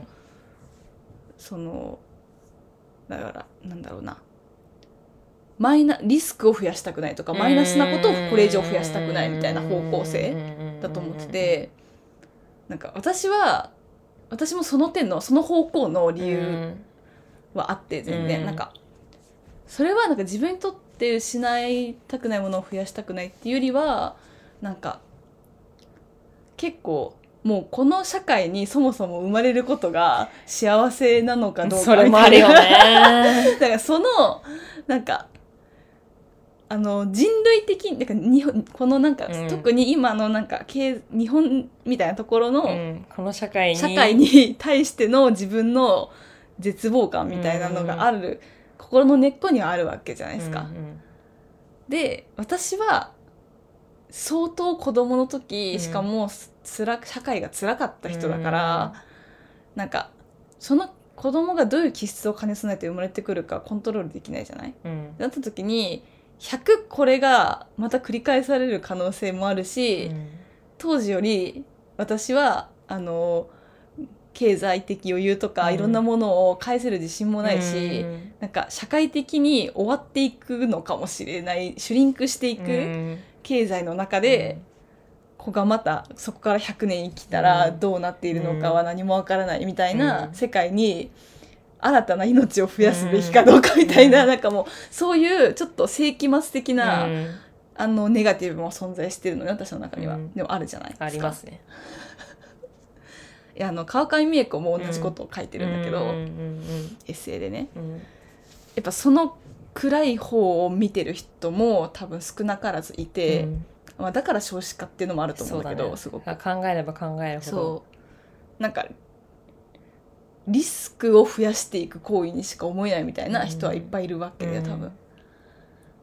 だからなんだろうな、リスクを増やしたくないとかマイナスなことをこれ以上増やしたくないみたいな方向性だと思ってて、なんか私もその方向の理由はあって全然、なんかそれはなんか自分にとって失いたくないものを増やしたくないっていうよりは、なんか結構もうこの社会にそもそも生まれることが幸せなのかどうかみたいな、それもあるよね。だからなんか人類的になんかこのなんか、特に今のなんか日本みたいなところの、 この社会に対しての自分の絶望感みたいなのがある、心の根っこにはあるわけじゃないですか。で私は相当子供の時、しかも社会が辛かった人だから、なんかその子供がどういう気質を兼ね備えて生まれてくるかコントロールできないじゃない、なった時に100これがまた繰り返される可能性もあるし、当時より私は経済的余裕とかいろんなものを返せる自信もないし、なんか社会的に終わっていくのかもしれない、シュリンクしていく経済の中で、子がまたそこから100年生きたらどうなっているのかは何もわからないみたいな世界に新たな命を増やすべきかどうかみたいな、なんかもうそういうちょっと世紀末的な、ネガティブも存在してるのね、私の中には。でもあるじゃないですか。 ありますね。 いや川上美恵子も同じことを書いてるんだけど、エッセイでね、やっぱその暗い方を見てる人も多分少なからずいて、だから少子化っていうのもあると思うんだけど、すごく考えれば考えるほど、 なんかリスクを増やしていく行為にしか思えないみたいな人はいっぱいいるわけだよ、多分。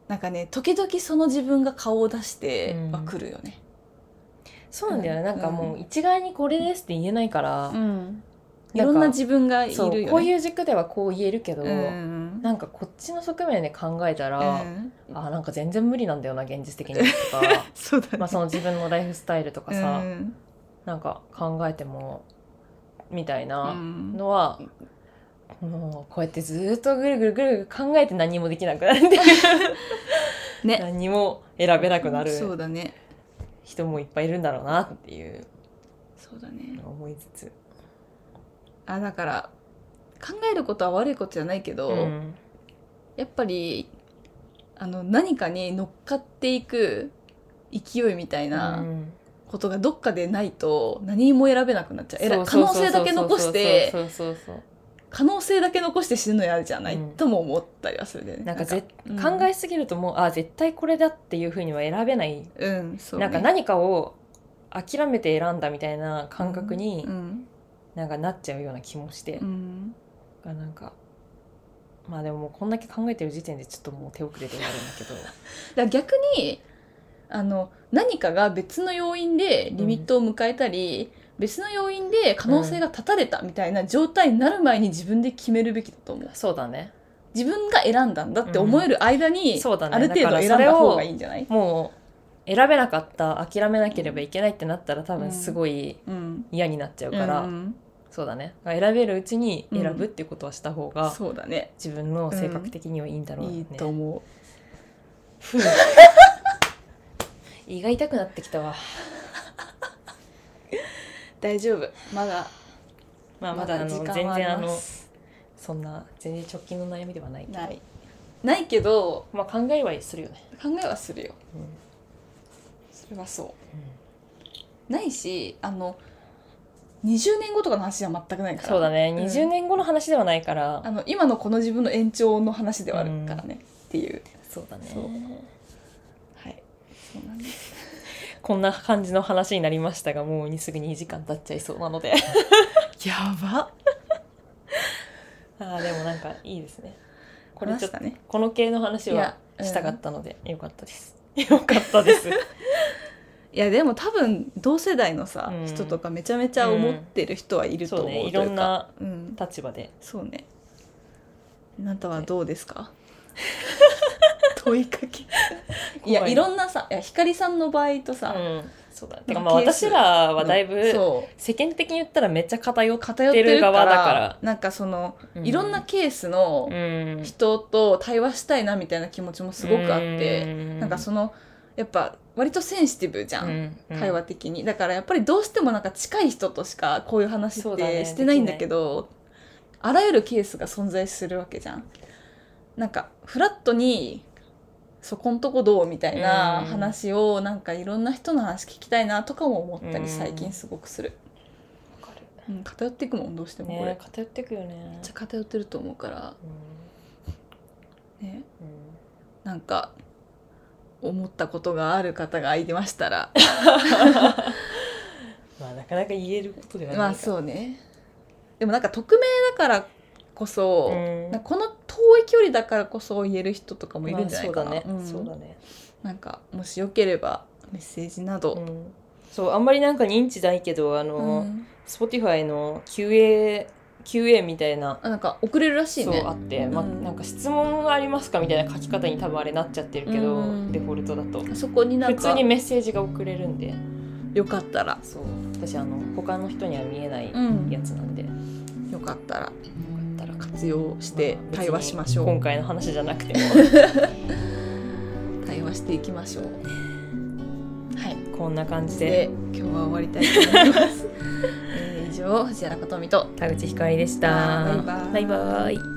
なんかね時々その自分が顔を出しては来るよね、 そうなんだよね、なんかもう一概にこれですって言えないから、 いろんな自分がいるよね。 こういう軸ではこう言えるけど、なんかこっちの側面で考えたら、なんか全然無理なんだよな現実的にとかそうだね、 まあその自分のライフスタイルとかさ、なんか考えてもみたいなのは、もうこうやってずっとぐるぐるぐるぐる考えて何もできなくなるんでね、何も選べなくなる人もいっぱいいるんだろうなっていうそうだね思いつつ、 だから考えることは悪いことじゃないけど、やっぱり何かに乗っかっていく勢いみたいなことがどっかでないと何も選べなくなっちゃう。可能性だけ残して可能性だけ残して死ぬのやるじゃない、とも思ったりはするね。 なんか考えすぎるともう絶対これだっていうふうには選べない、そうね、なんか何かを諦めて選んだみたいな感覚になんかなっちゃうような気もして、なんかまあでももうこんだけ考えてる時点でちょっともう手遅れではあるんだけどだから逆に何かが別の要因でリミットを迎えたり、別の要因で可能性が断たれたみたいな状態になる前に自分で決めるべきだと思う。 そうだね、 自分が選んだんだって思える間に、ある程度選んだ方がいいんじゃない？ もう選べなかった、諦めなければいけないってなったら多分すごい嫌になっちゃうから、そうだね、選べるうちに選ぶっていうことはした方が、 そうだね、 自分の性格的にはいいんだろうね、 いいと思う胃が痛くなってきたわ大丈夫、まだまだ全然そんな全然直近の悩みではないけど、 ないけど、 まあ考えはするよね。 考えはするよ、それはそう、ないし20年後とかの話は全くないから。 そうだね、20年後の話ではないから今のこの自分の延長の話ではあるからね、っていう。 そうだね、 はい、そうなんですこんな感じの話になりましたが、もうすぐ2時間経っちゃいそうなのでやばでもなんかいいですね、これちょっとこの系の話はしたかったのでよかったですよかったですいやでも多分同世代のさ、人とかめちゃめちゃ思ってる人はいると思う、 いろんな立場で、 そうね。あなたはどうですか問いかけいやいろんなさ、ひかりさんの場合とさ、 そうだね、てかまあ私らはだいぶ世間的に言ったらめっちゃ偏ってる側だから、 なんかいろんなケースの人と対話したいなみたいな気持ちもすごくあって、なんかやっぱ割とセンシティブじゃん、会話的に。だからやっぱりどうしてもなんか近い人としかこういう話ってしてないんだけど、あらゆるケースが存在するわけじゃん。なんかフラットにそこんとこどうみたいな話をなんかいろんな人の話聞きたいなとかも思ったり最近すごくする。わかる。偏っていくもんどうしてもこれ。 偏っていくよね。 めっちゃ偏ってると思うから。ね。なんか思ったことがある方がいましたらまあなかなか言えることではないから。 まあそうね。でもなんか匿名だからこそ、この遠い距離だからこそ言える人とかもいるんじゃないかな。 そうだね。 なんかもしよければメッセージなど、 そうあんまりなんか認知ないけどSpotify の QA みたいななんか送れるらしいね。 そうあって、なんか質問ありますかみたいな書き方に多分あれなっちゃってるけど、デフォルトだとそこになんか普通にメッセージが送れるんで、 よかったら。 そう私他の人には見えないやつなんで、 よかったら活用して対話しましょう。 今回の話じゃなくても対話していきましょう。 はい、こんな感じで今日は終わりたいと思います以上藤原琴美と田口ひかりでした。 バイバイ。